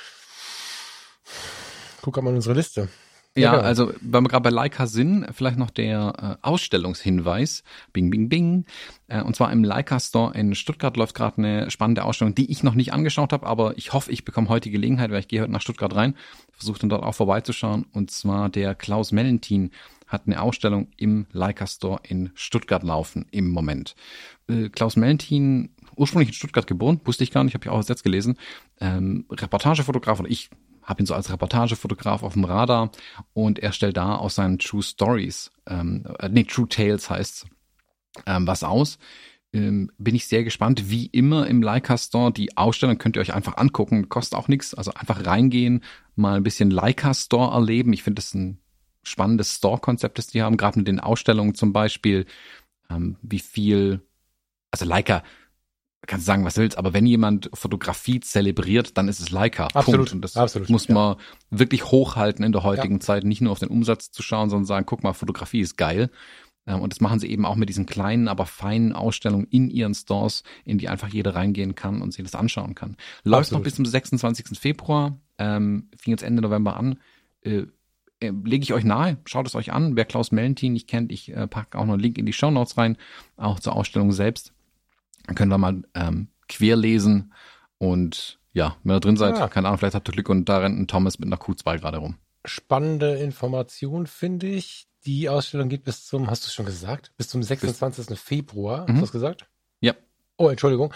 Guck mal in unsere Liste. Ja, ja, also weil wir gerade bei Leica sind, vielleicht noch der äh, Ausstellungshinweis. Bing, bing, bing. Äh, und zwar im Leica Store in Stuttgart läuft gerade eine spannende Ausstellung, die ich noch nicht angeschaut habe, aber ich hoffe, ich bekomme heute die Gelegenheit, weil ich gehe heute nach Stuttgart rein, versuche dann dort auch vorbeizuschauen. Und zwar der Klaus Mellentin hat eine Ausstellung im Leica Store in Stuttgart laufen im Moment. Äh, Klaus Mellentin, ursprünglich in Stuttgart geboren, wusste ich gar nicht, habe ich auch jetzt gelesen. Ähm, Reportagefotograf oder ich habe ihn so als Reportagefotograf auf dem Radar und er stellt da aus seinen True Stories, ähm, nee, True Tales heißt's, ähm, was aus. Ähm, bin ich sehr gespannt. Wie immer im Leica Store, die Ausstellung könnt ihr euch einfach angucken, kostet auch nichts. Also einfach reingehen, mal ein bisschen Leica Store erleben. Ich finde das ein spannendes Store-Konzept, das die haben, gerade mit den Ausstellungen zum Beispiel, ähm, wie viel, also Leica, kannst du sagen, was du willst, aber wenn jemand Fotografie zelebriert, dann ist es Leica. Absolut. Punkt. Und das absolut, muss ja. man wirklich hochhalten in der heutigen ja. Zeit, nicht nur auf den Umsatz zu schauen, sondern sagen, guck mal, Fotografie ist geil. Und das machen sie eben auch mit diesen kleinen, aber feinen Ausstellungen in ihren Stores, in die einfach jeder reingehen kann und sich das anschauen kann. Läuft absolut. Noch bis zum sechsundzwanzigsten Februar, ähm, fing jetzt Ende November an. Äh, äh, lege ich euch nahe, schaut es euch an. Wer Klaus Mellentin nicht kennt, ich äh, packe auch noch einen Link in die Shownotes rein, auch zur Ausstellung selbst. Dann können wir mal ähm, querlesen und ja, wenn ihr drin seid, ja. keine Ahnung, vielleicht habt ihr Glück und da rennt ein Thomas mit einer Q zwei gerade rum. Spannende Information, finde ich. Die Ausstellung geht bis zum, hast du es schon gesagt? Bis zum sechsundzwanzigsten Februar, mhm. hast du das gesagt? Ja. Oh, Entschuldigung.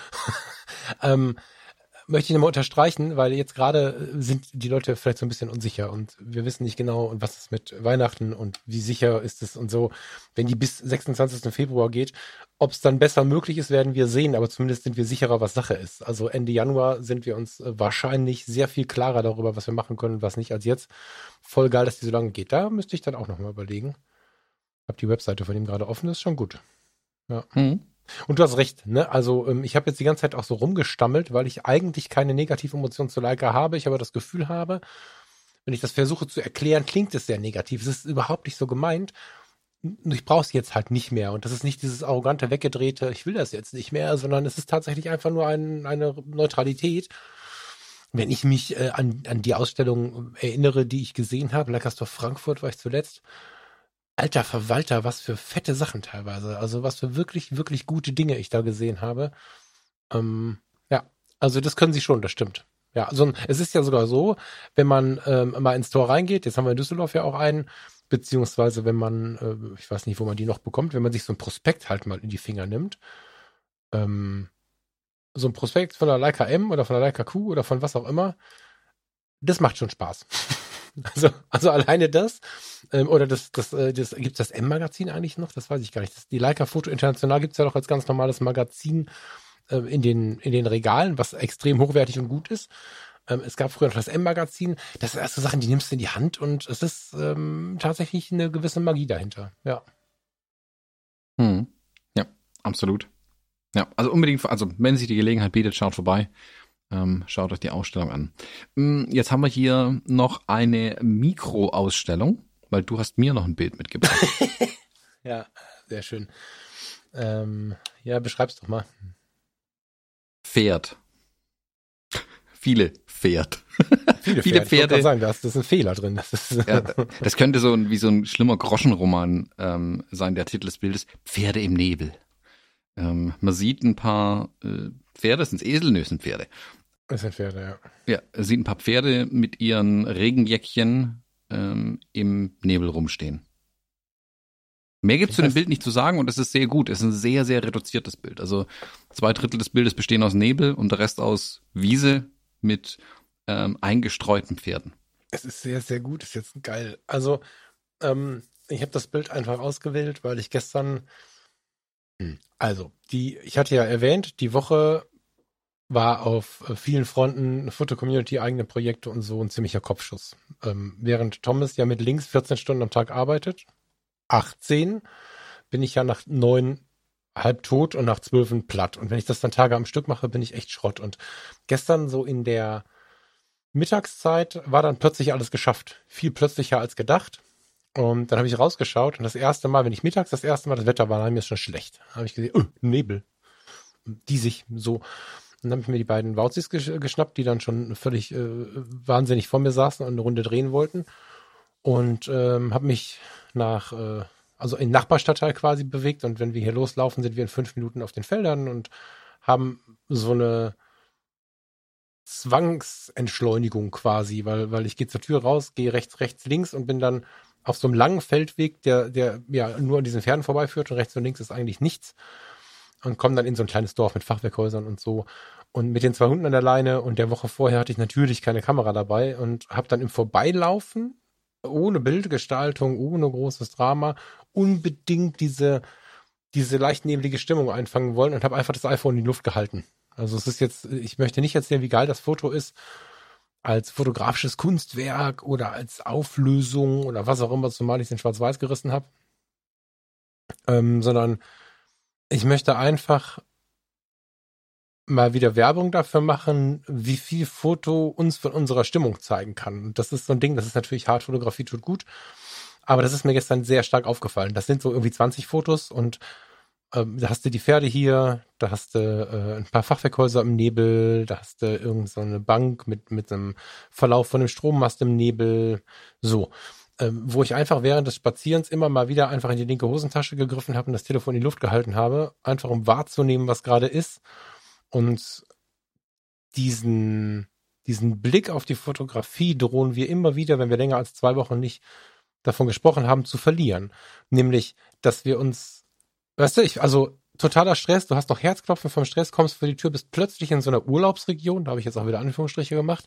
ähm, möchte ich nochmal unterstreichen, weil jetzt gerade sind die Leute vielleicht so ein bisschen unsicher und wir wissen nicht genau, und was ist mit Weihnachten und wie sicher ist es und so. Wenn die bis sechsundzwanzigsten Februar geht, ob es dann besser möglich ist, werden wir sehen, aber zumindest sind wir sicherer, was Sache ist. Also Ende Januar sind wir uns wahrscheinlich sehr viel klarer darüber, was wir machen können und was nicht, als jetzt. Voll geil, dass die so lange geht. Da müsste ich dann auch nochmal überlegen. Hab die Webseite von ihm gerade offen, das ist schon gut. Ja. Mhm. Und du hast recht, ne? Also ähm, ich habe jetzt die ganze Zeit auch so rumgestammelt, weil ich eigentlich keine negative Emotion zu Leica habe. Ich aber das Gefühl habe, wenn ich das versuche zu erklären, klingt es sehr negativ. Es ist überhaupt nicht so gemeint. Ich brauche es jetzt halt nicht mehr. Und das ist nicht dieses arrogante, weggedrehte, ich will das jetzt nicht mehr, sondern es ist tatsächlich einfach nur ein, eine Neutralität. Wenn ich mich äh, an, an die Ausstellung erinnere, die ich gesehen habe, Leica Store Frankfurt war ich zuletzt, alter Verwalter, was für fette Sachen teilweise. Also was für wirklich, wirklich gute Dinge ich da gesehen habe. Ähm, ja, also das können sie schon, das stimmt. Ja, also es ist ja sogar so, wenn man ähm, mal ins Store reingeht, jetzt haben wir in Düsseldorf ja auch einen, beziehungsweise wenn man, äh, ich weiß nicht, wo man die noch bekommt, wenn man sich so ein Prospekt halt mal in die Finger nimmt, ähm, so ein Prospekt von der Leica M oder von der Leica Q oder von was auch immer, das macht schon Spaß. Also, also alleine das, ähm, oder das, das, äh, das, gibt's das M-Magazin eigentlich noch? Das weiß ich gar nicht. Das, die Leica Foto International gibt's ja noch als ganz normales Magazin äh, in den, in den Regalen, was extrem hochwertig und gut ist. Ähm, es gab früher noch das M-Magazin. Das sind erst so Sachen, die nimmst du in die Hand und es ist ähm, tatsächlich eine gewisse Magie dahinter. Ja. Hm. Ja, absolut. Ja, also unbedingt, also wenn sich die Gelegenheit bietet, schaut vorbei. Ähm, schaut euch die Ausstellung an. Jetzt haben wir hier noch eine Mikroausstellung, weil du hast mir noch ein Bild mitgebracht. Ja, sehr schön. Ähm, ja, beschreib's doch mal. Pferd. Viele Pferd. Viele, Viele Pferde. Pferde. Ich sagen, da ist, das ist ein Fehler drin. Das, ist ja, das könnte so ein, wie so ein schlimmer Groschenroman ähm, sein, der Titel des Bildes. Pferde im Nebel. Ähm, man sieht ein paar äh, Pferde, sind Esel, nö, sind Pferde. Das sind Pferde, ja. Ja, man sieht ein paar Pferde mit ihren Regenjäckchen ähm, im Nebel rumstehen. Mehr gibt es zu dem Bild nicht zu sagen und es ist sehr gut. Es ist ein sehr, sehr reduziertes Bild. Also zwei Drittel des Bildes bestehen aus Nebel und der Rest aus Wiese mit ähm, eingestreuten Pferden. Es ist sehr, sehr gut. Ist jetzt geil. Also ähm, ich habe das Bild einfach ausgewählt, weil ich gestern also die, ich hatte ja erwähnt, die Woche war auf vielen Fronten Foto-Community, eigene Projekte und so ein ziemlicher Kopfschuss. Ähm, während Thomas ja mit Links vierzehn Stunden am Tag arbeitet, achtzehn, bin ich ja nach neun halb tot und nach zwölf platt. Und wenn ich das dann Tage am Stück mache, bin ich echt Schrott. Und gestern so in der Mittagszeit war dann plötzlich alles geschafft. Viel plötzlicher als gedacht. Und dann habe ich rausgeschaut und das erste Mal, wenn ich mittags das erste Mal, das Wetter war mir schon schlecht, habe ich gesehen, oh, Nebel, diesig so. Und dann habe ich mir die beiden Wauzis gesch- geschnappt, die dann schon völlig äh, wahnsinnig vor mir saßen und eine Runde drehen wollten. Und ähm, habe mich nach, äh, also in den Nachbarstadtteil quasi bewegt. Und wenn wir hier loslaufen, sind wir in fünf Minuten auf den Feldern und haben so eine Zwangsentschleunigung quasi, weil, weil ich gehe zur Tür raus, gehe rechts, rechts, links und bin dann auf so einem langen Feldweg, der, der ja nur an diesen Pferden vorbeiführt und rechts und links ist eigentlich nichts. Und komme dann in so ein kleines Dorf mit Fachwerkhäusern und so. Und mit den zwei Hunden an der Leine und der Woche vorher hatte ich natürlich keine Kamera dabei und habe dann im Vorbeilaufen, ohne Bildgestaltung, ohne großes Drama, unbedingt diese, diese leicht neblige Stimmung einfangen wollen und habe einfach das iPhone in die Luft gehalten. Also es ist jetzt, ich möchte nicht erzählen, wie geil das Foto ist, als fotografisches Kunstwerk oder als Auflösung oder was auch immer, zumal ich es in Schwarz-Weiß gerissen habe. Ähm, sondern ich möchte einfach mal wieder Werbung dafür machen, wie viel Foto uns von unserer Stimmung zeigen kann. Und das ist so ein Ding, das ist natürlich hart, Fotografie tut gut, aber das ist mir gestern sehr stark aufgefallen. Das sind so irgendwie zwanzig Fotos und ähm, da hast du die Pferde hier, da hast du äh, ein paar Fachwerkhäuser im Nebel, da hast du irgend so eine Bank mit, mit einem Verlauf von einem Strommast im Nebel, so. Ähm, wo ich einfach während des Spazierens immer mal wieder einfach in die linke Hosentasche gegriffen habe und das Telefon in die Luft gehalten habe, einfach um wahrzunehmen, was gerade ist und diesen, diesen Blick auf die Fotografie drohen wir immer wieder, wenn wir länger als zwei Wochen nicht davon gesprochen haben, zu verlieren. Nämlich, dass wir uns weißt du, ich, also totaler Stress, du hast noch Herzklopfen vom Stress, kommst vor die Tür, bist plötzlich in so einer Urlaubsregion, da habe ich jetzt auch wieder Anführungsstriche gemacht,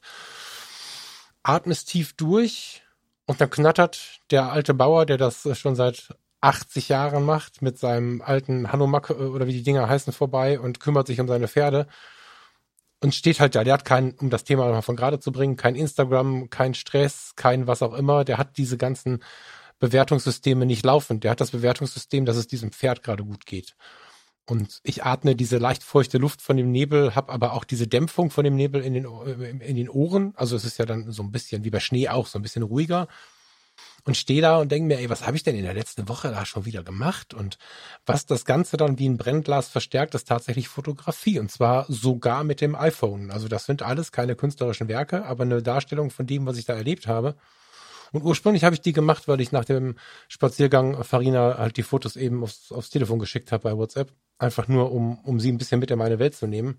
atmest tief durch und dann knattert der alte Bauer, der das schon seit achtzig Jahren macht, mit seinem alten Hanomag oder wie die Dinger heißen vorbei und kümmert sich um seine Pferde und steht halt da. Der hat kein, um das Thema mal von gerade zu bringen, kein Instagram, kein Stress, kein was auch immer. Der hat diese ganzen Bewertungssysteme nicht laufen. Der hat das Bewertungssystem, dass es diesem Pferd gerade gut geht. Und ich atme diese leicht feuchte Luft von dem Nebel, habe aber auch diese Dämpfung von dem Nebel in den, in den Ohren. Also es ist ja dann so ein bisschen wie bei Schnee auch, so ein bisschen ruhiger. Und stehe da und denke mir, ey, was habe ich denn in der letzten Woche da schon wieder gemacht? Und was das Ganze dann wie ein Brennglas verstärkt, ist tatsächlich Fotografie. Und zwar sogar mit dem iPhone. Also das sind alles keine künstlerischen Werke, aber eine Darstellung von dem, was ich da erlebt habe. Und ursprünglich habe ich die gemacht, weil ich nach dem Spaziergang Farina halt die Fotos eben aufs, aufs Telefon geschickt habe bei WhatsApp. Einfach nur, um, um sie ein bisschen mit in meine Welt zu nehmen.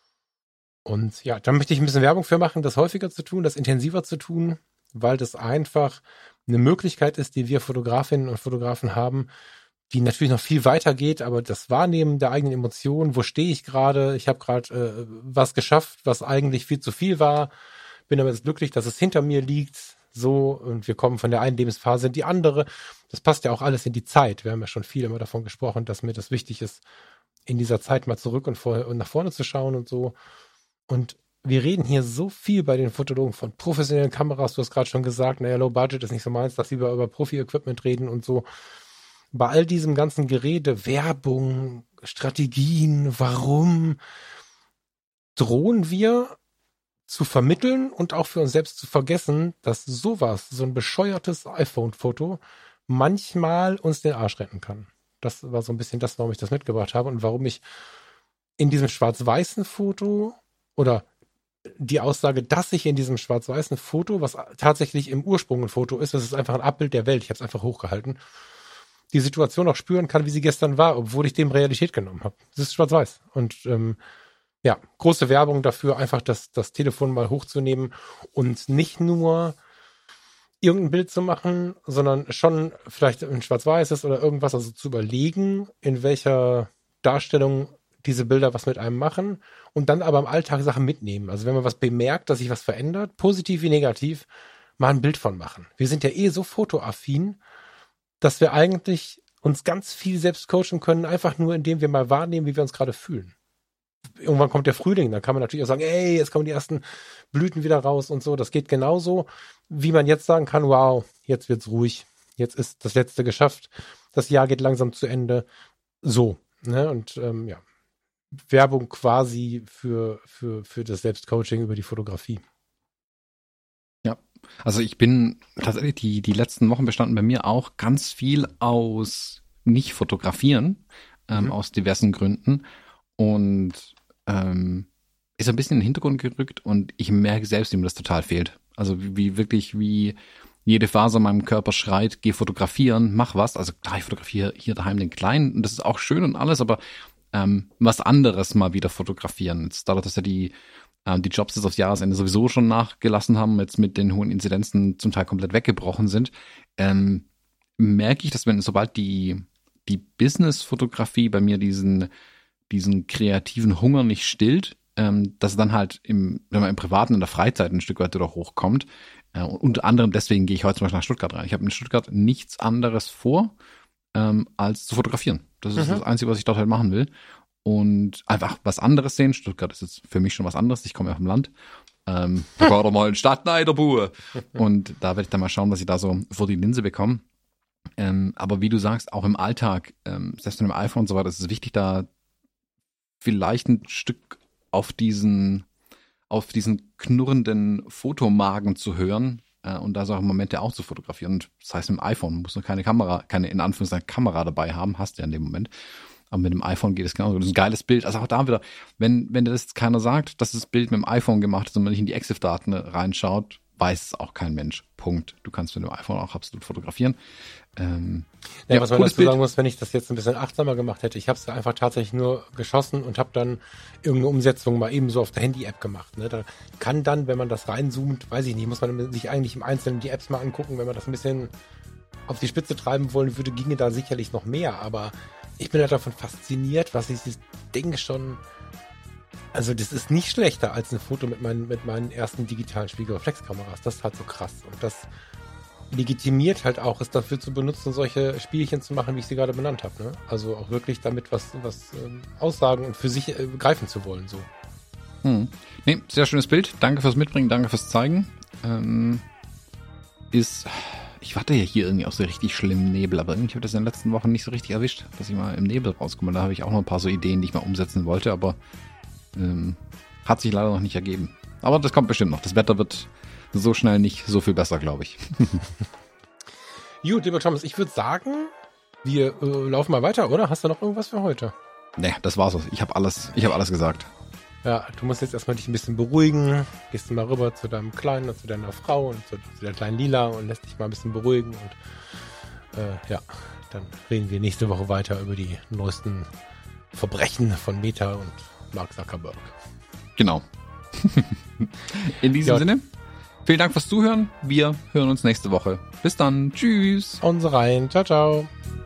Und ja, da möchte ich ein bisschen Werbung für machen, das häufiger zu tun, das intensiver zu tun, weil das einfach eine Möglichkeit ist, die wir Fotografinnen und Fotografen haben, die natürlich noch viel weiter geht, aber das Wahrnehmen der eigenen Emotionen, wo stehe ich gerade, ich habe gerade äh, was geschafft, was eigentlich viel zu viel war, bin aber jetzt glücklich, dass es hinter mir liegt, so, und wir kommen von der einen Lebensphase in die andere. Das passt ja auch alles in die Zeit. Wir haben ja schon viel immer davon gesprochen, dass mir das wichtig ist, in dieser Zeit mal zurück und, vor, und nach vorne zu schauen und so. Und wir reden hier so viel bei den Fotologen von professionellen Kameras. Du hast gerade schon gesagt, naja, Low Budget ist nicht so meins, dass sie über, über Profi-Equipment reden und so. Bei all diesem ganzen Gerede, Werbung, Strategien, warum drohen wir zu vermitteln und auch für uns selbst zu vergessen, dass sowas, so ein bescheuertes iPhone-Foto manchmal uns den Arsch retten kann. Das war so ein bisschen das, warum ich das mitgebracht habe und warum ich in diesem schwarz-weißen Foto oder die Aussage, dass ich in diesem schwarz-weißen Foto, was tatsächlich im Ursprung ein Foto ist, das ist einfach ein Abbild der Welt, ich habe es einfach hochgehalten, die Situation auch spüren kann, wie sie gestern war, obwohl ich dem Realität genommen habe. Das ist schwarz-weiß. Und ähm, ja, große Werbung dafür, einfach das, das Telefon mal hochzunehmen und nicht nur irgendein Bild zu machen, sondern schon vielleicht ein schwarz-weißes oder irgendwas, also zu überlegen, in welcher Darstellung diese Bilder was mit einem machen und dann aber im Alltag Sachen mitnehmen. Also wenn man was bemerkt, dass sich was verändert, positiv wie negativ, mal ein Bild von machen. Wir sind ja eh so fotoaffin, dass wir eigentlich uns ganz viel selbst coachen können, einfach nur indem wir mal wahrnehmen, wie wir uns gerade fühlen. Irgendwann kommt der Frühling, dann kann man natürlich auch sagen, ey, jetzt kommen die ersten Blüten wieder raus und so. Das geht genauso, wie man jetzt sagen kann, wow, jetzt wird's ruhig, jetzt ist das Letzte geschafft, das Jahr geht langsam zu Ende. So, ne? Und ähm, ja, Werbung quasi für, für, für das Selbstcoaching über die Fotografie. Ja, also ich bin tatsächlich, die, die letzten Wochen bestanden bei mir auch ganz viel aus nicht fotografieren, ähm, mhm. aus diversen Gründen und ähm, ist ein bisschen in den Hintergrund gerückt und ich merke selbst, wie mir das total fehlt. Also wie, wie wirklich, wie jede Faser in meinem Körper schreit, geh fotografieren, mach was. Also klar, ich fotografiere hier daheim den Kleinen und das ist auch schön und alles, aber ähm, was anderes mal wieder fotografieren. Jetzt dadurch, dass ja die ähm, die Jobs jetzt aufs Jahresende sowieso schon nachgelassen haben, jetzt mit den hohen Inzidenzen zum Teil komplett weggebrochen sind, ähm, merke ich, dass wenn sobald die die Business-Fotografie bei mir diesen diesen kreativen Hunger nicht stillt, ähm, dass es dann halt im, wenn man im Privaten in der Freizeit ein Stück weit wieder hochkommt. Äh, und unter anderem deswegen gehe ich heute zum Beispiel nach Stuttgart rein. Ich habe in Stuttgart nichts anderes vor, ähm, als zu fotografieren. Das ist mhm. das Einzige, was ich dort halt machen will. Und einfach was anderes sehen. Stuttgart ist jetzt für mich schon was anderes. Ich komme ja vom Land. Ähm, da war doch mal ein Stadtneiderbuhe. Und da werde ich dann mal schauen, was ich da so vor die Linse bekomme. Ähm, aber wie du sagst, auch im Alltag, ähm, selbst mit dem iPhone und so weiter, ist es wichtig, da vielleicht ein Stück auf diesen auf diesen knurrenden Fotomagen zu hören äh, und da so auch Momente auch zu fotografieren. Und das heißt, mit dem iPhone musst du keine Kamera, keine in Anführungszeichen Kamera dabei haben, hast du ja in dem Moment. Aber mit dem iPhone geht es genauso. Das ist ein geiles Bild. Also auch da wieder, wenn wenn dir das jetzt keiner sagt, dass das Bild mit dem iPhone gemacht ist und man nicht in die EXIF-Daten reinschaut, weiß es auch kein Mensch. Punkt. Du kannst mit dem iPhone auch absolut fotografieren. Ähm, ja, ja, was man dazu Bild. sagen muss, wenn ich das jetzt ein bisschen achtsamer gemacht hätte, ich habe es da einfach tatsächlich nur geschossen und habe dann irgendeine Umsetzung mal eben so auf der Handy-App gemacht. Ne? Da kann dann, wenn man das reinzoomt, weiß ich nicht, muss man sich eigentlich im Einzelnen die Apps mal angucken, wenn man das ein bisschen auf die Spitze treiben wollen würde, ginge da sicherlich noch mehr, aber ich bin halt davon fasziniert, was ich das Ding schon, also das ist nicht schlechter als ein Foto mit meinen, mit meinen ersten digitalen Spiegelreflexkameras. Das ist halt so krass und das legitimiert halt auch, es dafür zu benutzen, solche Spielchen zu machen, wie ich sie gerade benannt habe. Ne? Also auch wirklich damit was, was ähm, aussagen und für sich äh, greifen zu wollen. So. Hm. Nee, sehr schönes Bild. Danke fürs Mitbringen, danke fürs Zeigen. Ähm, ist, ich warte ja hier irgendwie auch so richtig schlimmen Nebel, aber irgendwie habe ich das in den letzten Wochen nicht so richtig erwischt, dass ich mal im Nebel rauskomme. Da habe ich auch noch ein paar so Ideen, die ich mal umsetzen wollte, aber ähm, hat sich leider noch nicht ergeben. Aber das kommt bestimmt noch. Das Wetter wird so schnell nicht so viel besser, glaube ich. Gut, lieber Thomas, ich würde sagen, wir äh, laufen mal weiter, oder? Hast du noch irgendwas für heute? Nee, das war's. Ich habe alles, ich habe alles gesagt. Ja, du musst jetzt erstmal dich ein bisschen beruhigen. Gehst du mal rüber zu deinem Kleinen und zu deiner Frau und zu, zu der kleinen Lila und lässt dich mal ein bisschen beruhigen. Und äh, ja, dann reden wir nächste Woche weiter über die neuesten Verbrechen von Meta und Mark Zuckerberg. Genau. In diesem ja. Sinne, vielen Dank fürs Zuhören. Wir hören uns nächste Woche. Bis dann. Tschüss. Uns rein. Ciao, ciao.